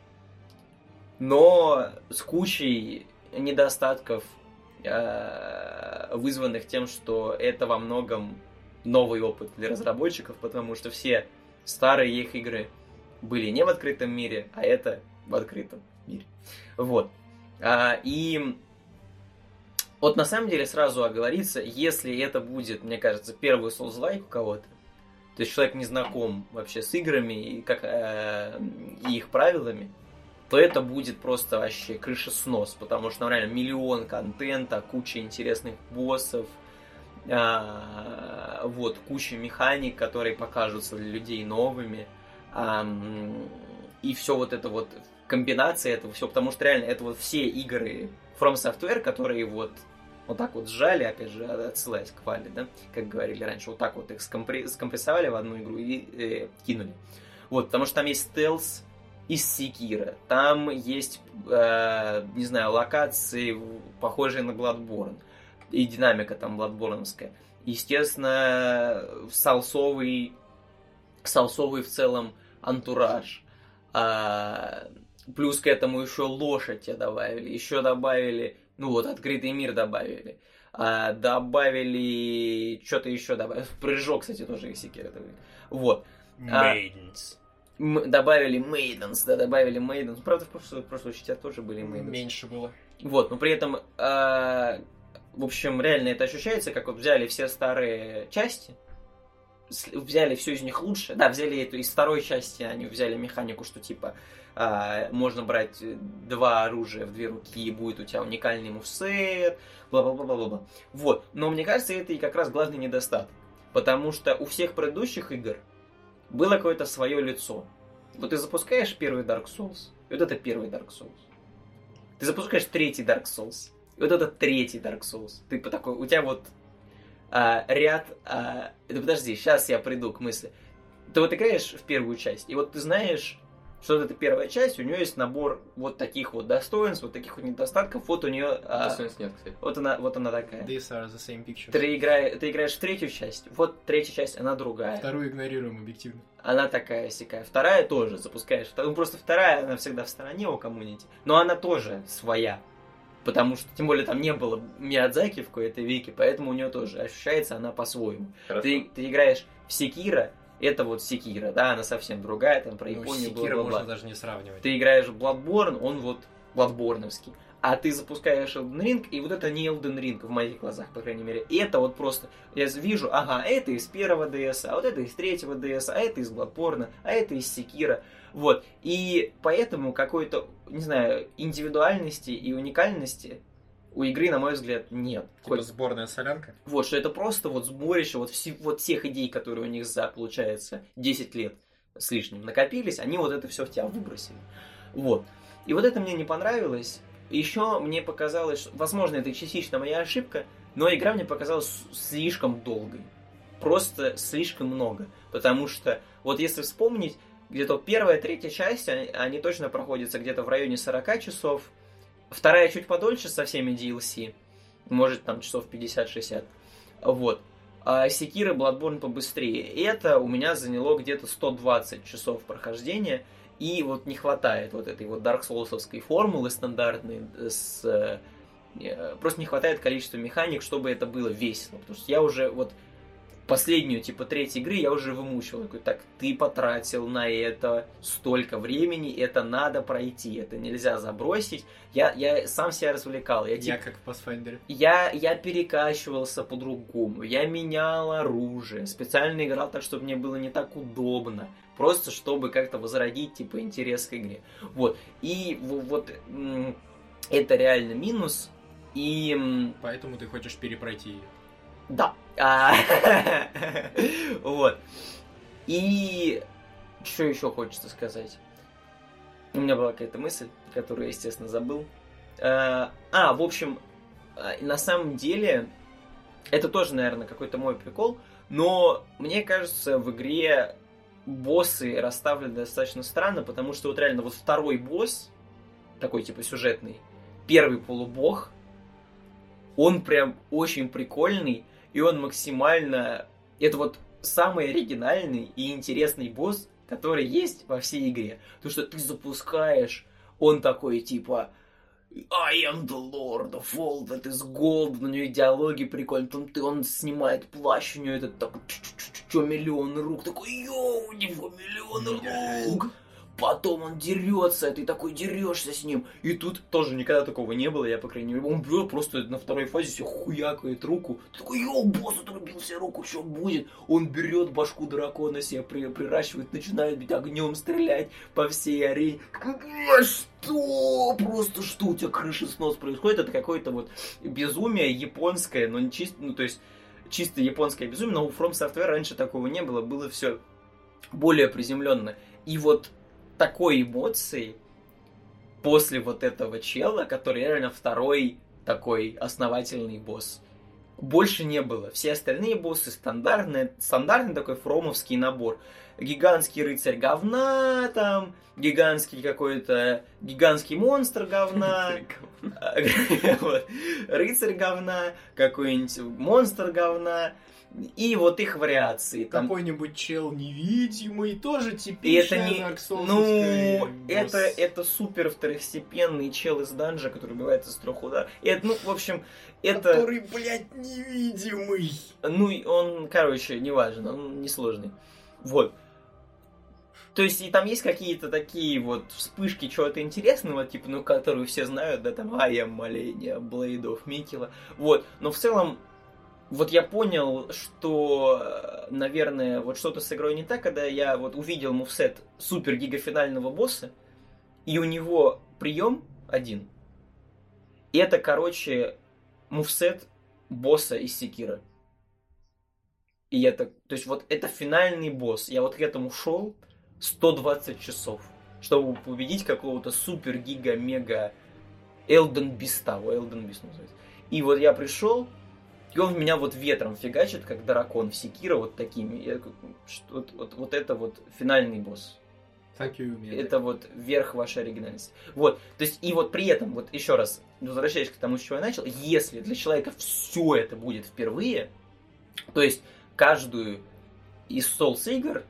но с кучей недостатков, вызванных тем, что это во многом новый опыт для разработчиков, потому что все старые их игры были не в открытом мире, а это в открытом мире. Вот. И вот на самом деле сразу оговориться, если это будет, мне кажется, первый Souls-like у кого-то, то есть человек не знаком вообще с играми и, как, э, и их правилами, то это будет просто вообще крышеснос, потому что там реально миллион контента, куча интересных боссов, э, вот, куча механик, которые покажутся для людей новыми, э, и все вот это вот, комбинация этого всего, потому что реально это вот все игры From Software, которые вот вот так вот сжали, опять же, отсылаясь к Вале, да, как говорили раньше, вот так вот их скомпри- скомпрессовали в одну игру и э, кинули. Вот, потому что там есть стелс из Секира, там есть, э, не знаю, локации, похожие на Bloodborne, и динамика там бладборновская. Естественно, салсовый, салсовый в целом антураж. А, плюс к этому еще лошадь тебе добавили, еще добавили... Ну вот, открытый мир добавили. А, добавили... Что-то еще добавили. Прыжок, кстати, тоже из Секира. Вот. Maidens. А, м- добавили Maidens, да, добавили Maidens. Правда, в прошлой, в прошлой части тоже были Maidens. Меньше было. Вот, но при этом... А, в общем, реально это ощущается, как вот взяли все старые части, взяли все из них лучше. Да, взяли эту из второй части, они взяли механику, что типа... А, можно брать два оружия в две руки, и будет у тебя уникальный мувсет, бла-бла-бла-бла-бла. Вот. Но мне кажется, это и как раз главный недостаток. Потому что у всех предыдущих игр было какое-то свое лицо. Вот ты запускаешь первый Dark Souls, и вот это первый Dark Souls. Ты запускаешь третий Dark Souls, и вот это третий Dark Souls. Ты такой, у тебя вот а, ряд... А, да подожди, сейчас я приду к мысли. Ты вот играешь в первую часть, и вот ты знаешь... что вот эта первая часть, у нее есть набор вот таких вот достоинств, вот таких вот недостатков. Вот у нее... Достоинств нет, кстати. Вот она, вот она такая. These are the same pictures. Ты, играешь, ты играешь в третью часть, вот третья часть, она другая. Вторую игнорируем объективно. Она такая сякая. Вторая тоже запускаешь. Ну, просто вторая, она всегда в стороне у комьюнити. Но она тоже своя. Потому что, тем более, там не было Миядзаки в какой-то веке, поэтому у нее тоже ощущается она по-своему. Ты, ты играешь в Секиро, это вот Секиро, да, она совсем другая, там про Японию, ну, Секиро бла-бла-бла. можно даже не сравнивать. Ты играешь в Bloodborne, он вот Bloodborne-овский. А ты запускаешь Elden Ring, и вот это не Elden Ring в моих глазах, по крайней мере. И это вот просто, я вижу, ага, это из первого ди эс, а вот это из третьего ди эс, а это из Bloodborne, а это из Секиро. Вот. И поэтому какой-то, не знаю, индивидуальности и уникальности у игры, на мой взгляд, нет. Типа Хоть... сборная солянка? Вот, что это просто вот сборище вот, вси... вот всех идей, которые у них за, получается, десять лет с лишним накопились, они вот это все в тебя выбросили. Вот. И вот это мне не понравилось. Еще мне показалось, что, возможно, это частично моя ошибка, но игра мне показалась слишком долгой. Просто слишком много. Потому что, вот если вспомнить, где-то первая, третья часть, они, они точно проходятся где-то в районе сорок часов. Вторая чуть подольше со всеми ди эл си. Может, там часов пятьдесят-шестьдесят. Вот. А Sekiro, Bloodborne побыстрее. Это у меня заняло где-то сто двадцать часов прохождения. И вот не хватает вот этой вот Dark Souls-овской формулы стандартной. С... Просто не хватает количества механик, чтобы это было весело. Потому что я уже вот последнюю, типа, треть игры я уже вымучил. Такой, так, ты потратил на это столько времени, это надо пройти, это нельзя забросить. Я, я сам себя развлекал. Я, я типа, как в Pathfinder. Я, я перекачивался по-другому, я менял оружие, специально играл так, чтобы мне было не так удобно. Просто чтобы как-то возродить, типа, интерес к игре. Вот. И вот это реально минус. И... Поэтому ты хочешь перепройти ее. Да. Вот. И что еще хочется сказать? У меня была какая-то мысль, которую я, естественно, забыл. А, в общем, на самом деле, это тоже, наверное, какой-то мой прикол, но мне кажется, в игре боссы расставлены достаточно странно, потому что вот реально вот второй босс, такой типа сюжетный, первый полубог, он прям очень прикольный, и он максимально... Это вот самый оригинальный и интересный босс, который есть во всей игре. То, что ты запускаешь, он такой, типа... I am the lord of all that is gold. У него диалоги прикольные. Там ты, он снимает плащ, у него этот такой... Чё, миллион рук. Такой, йоу, у него миллион рук. Потом он дерется, ты такой дерешься с ним. И тут тоже никогда такого не было, я, по крайней мере. Он берет просто на второй фазе все хуякает руку. Ты такой, йоу, босс отрубил себе руку, что будет? Он берет башку дракона себе, при, приращивает, начинает бить огнем, стрелять по всей арене. Что? Просто что? У тебя крыша снос происходит? Это какое-то вот безумие японское, но не чисто, ну то есть чисто японское безумие, но у From Software раньше такого не было, было все более приземленно. И вот такой эмоции после вот этого чела, который реально второй такой основательный босс, больше не было. Все остальные боссы стандартный, стандартный такой фромовский набор. Гигантский рыцарь говна, там, гигантский какой-то, гигантский монстр говна, рыцарь говна, какой-нибудь монстр говна. И вот их вариации. Там... Какой-нибудь чел невидимый, тоже типичная и это не... Dark Souls. Ну, это, это супер второстепенный чел из данжа, который убивает из трех ударов. И это, ну, в общем, это... Который, блядь, невидимый. Ну, он, короче, неважно, он несложный. Вот. То есть, и там есть какие-то такие вот вспышки чего-то интересного, типа, ну, которые все знают, да, там, I am Malenia, Blade of Mikela. Вот. Но в целом, вот я понял, что, наверное, вот что-то с игрой не так, когда я вот увидел мувсет супер-гигафинального босса, и у него прием один. И это, короче, мувсет босса из Секира. И это, то есть вот это финальный босс. Я вот к этому шел сто двадцать часов, чтобы победить какого-то супер-гига-мега Элден Биста. Элден Бист называется. И вот я пришел, и он в меня вот ветром фигачит, как дракон в Секиро, вот такими. Я, что, вот, вот, вот это вот финальный босс. Это вот верх вашей оригинальности. Вот, то есть, и вот при этом, вот еще раз, возвращаясь к тому, с чего я начал, если для человека все это будет впервые, то есть, каждую из Souls игр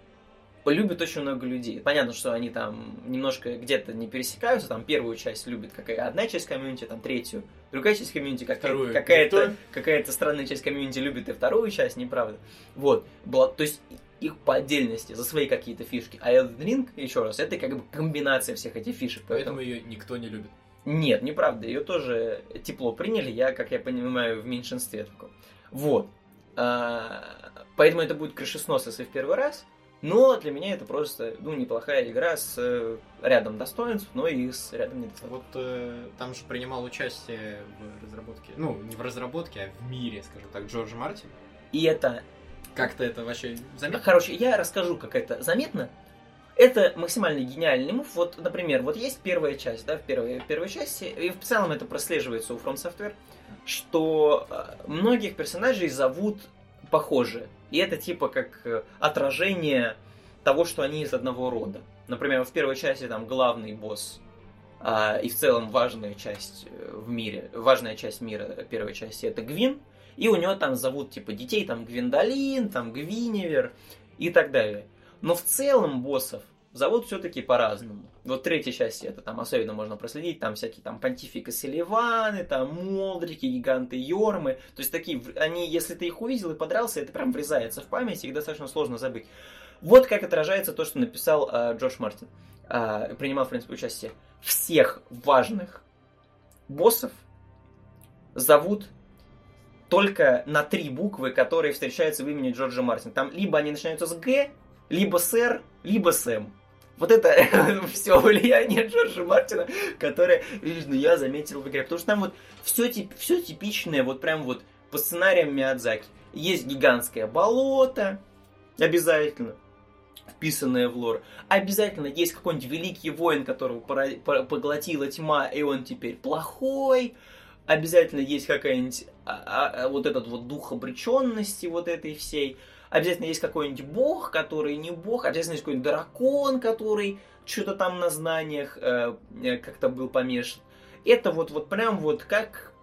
любит очень много людей. Понятно, что они там немножко где-то не пересекаются, там первую часть любит какая одна часть комьюнити, там третью, другая часть комьюнити, какая- какая-то, какая-то странная часть комьюнити любит и вторую часть, неправда. Вот, то есть их по отдельности, за свои какие-то фишки. А Elden Ring, еще раз, это как бы комбинация всех этих фишек. Поэтому, поэтому ее никто не любит. Нет, неправда, ее тоже тепло приняли, я, как я понимаю, в меньшинстве таком. Вот. А, поэтому это будет крышеснос, если в первый раз. Но для меня это просто, ну, неплохая игра с э, рядом достоинств, но и с рядом недостатков. Вот э, там же принимал участие в разработке, ну, не в разработке, а в мире, скажем так, Джордж Мартин. И это... Как-то это вообще заметно? Короче, я расскажу, как это заметно. Это максимально гениальный мув. Вот, например, вот есть первая часть, да, в первой, в первой части, и в целом это прослеживается у From Software, что многих персонажей зовут похоже. И это типа как отражение того, что они из одного рода. Например, в первой части там главный босс а, и в целом важная часть в мире, важная часть мира первой части это Гвин, и у него там зовут типа детей там Гвиндолин, там Гвиневер и так далее. Но в целом боссов зовут все-таки по-разному. Вот в третьей части это там особенно можно проследить, там всякие там Понтифика Селиваны, там Молдрики, Гиганты Йормы. То есть такие, они, если ты их увидел и подрался, это прям врезается в память, их достаточно сложно забыть. Вот как отражается то, что написал э, Джордж Мартин. Э, принимал, в принципе, участие. Всех важных боссов зовут только на три буквы, которые встречаются в имени Джорджа Мартина. Там либо они начинаются с Г, либо сэр, либо Сэм. Вот это все влияние Джорджа Мартина, которое, лично я заметил в игре. Потому что там вот все, тип, все типичное, вот прям вот по сценариям Миядзаки. Есть гигантское болото, обязательно, вписанное в лор. Обязательно есть какой-нибудь великий воин, которого поглотила тьма, и он теперь плохой. Обязательно есть какая-нибудь а, а, вот этот вот дух обреченности вот этой всей. Обязательно есть какой-нибудь бог, который не бог. Обязательно есть какой-нибудь дракон, который что-то там на знаниях э, как-то был помешан. Это вот, вот прям вот как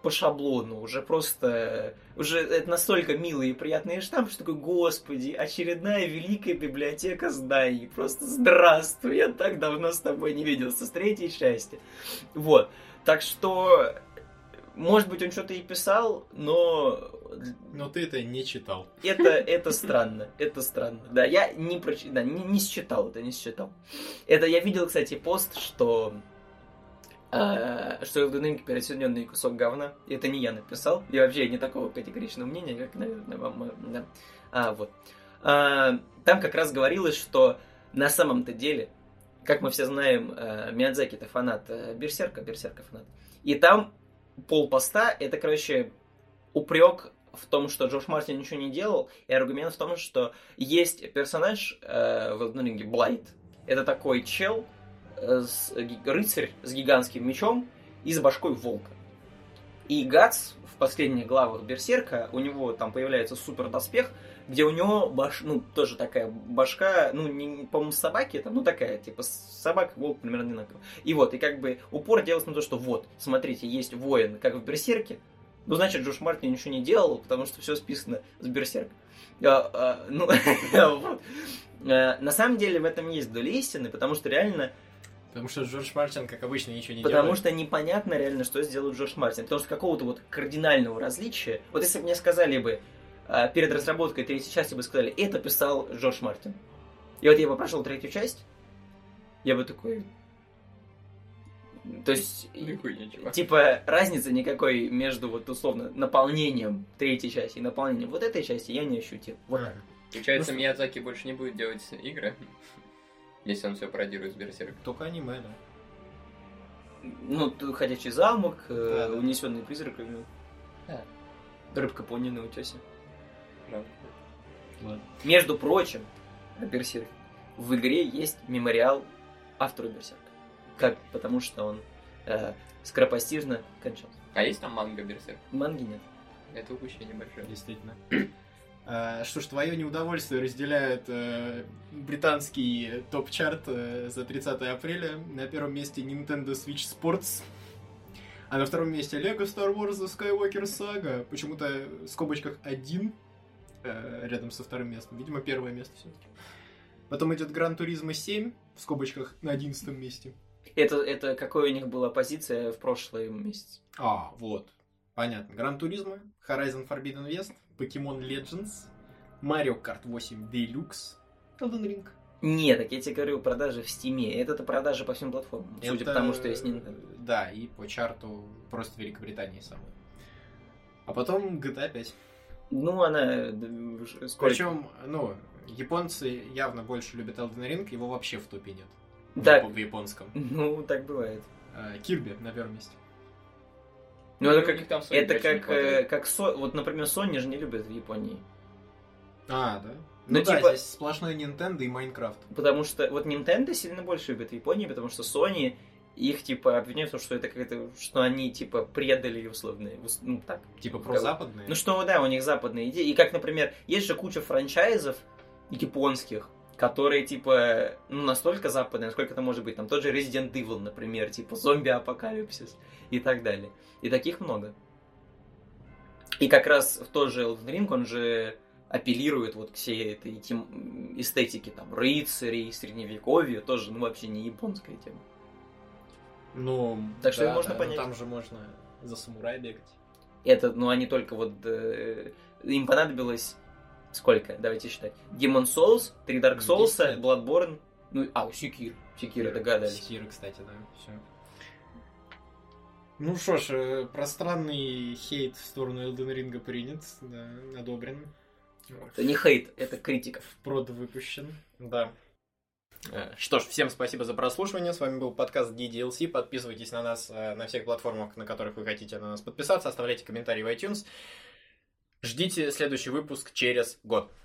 по шаблону, уже просто... Уже это настолько милые и приятные штампы, что такой, господи, очередная великая библиотека знаний. Просто здравствуй, я так давно с тобой не виделся, с третьей части. Вот. Так что, может быть, он что-то и писал, но... Но ты это не читал. Это, это странно, это странно. Да, я не, проч... да, не, не считал это, не считал. Это я видел, кстати, пост, что... А, что Elden Ring переоцененный кусок говна. Это не я написал. И вообще не такого категоричного мнения, как, наверное, вам... Да. А, вот. А, там как раз говорилось, что на самом-то деле, как мы все знаем, Миядзаки-то фанат Берсерка, Берсерка фанат. И там полпоста, это, короче, упрек в том, что Джордж Мартин ничего не делал, и аргумент в том, что есть персонаж э, в Elden Ring, Блайт. Это такой чел, с, рыцарь с гигантским мечом и с башкой волка. И Гац в последних главах Берсерка, у него там появляется супер доспех, где у него баш, ну, тоже такая башка, ну, не, по-моему, собаки, там, ну, такая, типа, собака, волк, примерно одинаково. И вот, и как бы упор делается на то, что вот, смотрите, есть воин, как в Берсерке, ну, значит, Джордж Мартин ничего не делал, потому что все списано с Берсерк. А, а, ну, вот. А, на самом деле в этом есть доля истины, потому что реально... Потому что Джордж Мартин, как обычно, ничего не Потому делает. Потому что непонятно реально, что сделал Джордж Мартин. Потому что какого-то вот кардинального различия... Вот если бы мне сказали бы, а, перед разработкой третьей части бы сказали, это писал Джордж Мартин. И вот я бы прошел третью часть, я бы такой... То есть, Нихуя, типа, разницы никакой между, вот, условно, наполнением третьей части и наполнением вот этой части я не ощутил. Вот так. Получается, Ну, Миядзаки больше не будет делать игры, если он все пародирует с Берсерк. Только аниме, да. Ну, тут «Ходячий замок», Да, да. «Унесенный призраками», Да. «Рыбка пони на утесе». Да. Ладно. Между прочим, о Берсерке, в игре есть мемориал автору Берсерка. Как? Потому что он э, скоропостижно кончался. А есть там манга Берсерк? Манги нет. Это упущение большое. Действительно. А, что ж, твое неудовольствие разделяет э, британский топ-чарт э, за тридцатое апреля. На первом месте Nintendo Switch Sports. А на втором месте Lego Star Wars The Skywalker Saga. Почему-то в скобочках один э, рядом со вторым местом. Видимо, первое место все-таки. Потом идет Gran Turismo семь в скобочках на одиннадцатом месте. Это, это какой у них была позиция в прошлом месяце? А, вот. Понятно. Gran Turismo, Horizon Forbidden West, Pokemon Legends, Mario Kart восемь Deluxe, Elden Ring. Нет, так я тебе говорю, продажи в Стиме. Это-то продажи по всем платформам. Судя Это... по тому, что есть Nintendo. Да, и по чарту просто Великобритании самой. А потом джи ти эй пять. Ну, она... Сколько... Причем, ну, японцы явно больше любят Elden Ring, его вообще в топе нет. Так. В японском. Ну, так бывает. Кирби на первом месте. Ну, Ну, это у них как, там Sony это точно не как, хватает. э, как Со- вот, например, Sony же не любят в Японии. А, да? Ну, Ну, да, типа- здесь сплошной Nintendo и Майнкрафт. Потому что вот Nintendo сильно больше любят в Японии, потому что Sony их, типа, обвиняют в том, что это какая-то, что они, типа, предали условно, ус- ну, так. Типа Как- прозападные. Ну, что, да, у них западные идеи. И как, например, есть же куча франчайзов японских, которые, типа, ну, настолько западные, насколько это может быть. Там тот же Resident Evil, например, типа, зомби-апокалипсис и так далее. И таких много. И как раз в тот же Elden Ring, он же апеллирует вот к всей этой тем- эстетике, там, рыцарей, средневековья, тоже, ну, вообще не японская тема. Ну, Так что да, можно да, понять. ну, там же можно за самурая бегать. Это, ну, они только вот... э, им понадобилось... Сколько? Давайте считать. Demon Souls, три Dark Souls, десять. Bloodborne, ну, а, Секир. Секира, догадались. Секира, кстати, да, все. Ну что ж, э, пространный хейт в сторону Elden Ring принят, да, одобрен. Это не хейт, это критика. Прод выпущен. Да. Что ж, всем спасибо за прослушивание. С вами был подкаст ди ди эл си. Подписывайтесь на нас э, на всех платформах, на которых вы хотите на нас подписаться. Оставляйте комментарии в iTunes. Ждите следующий выпуск через год.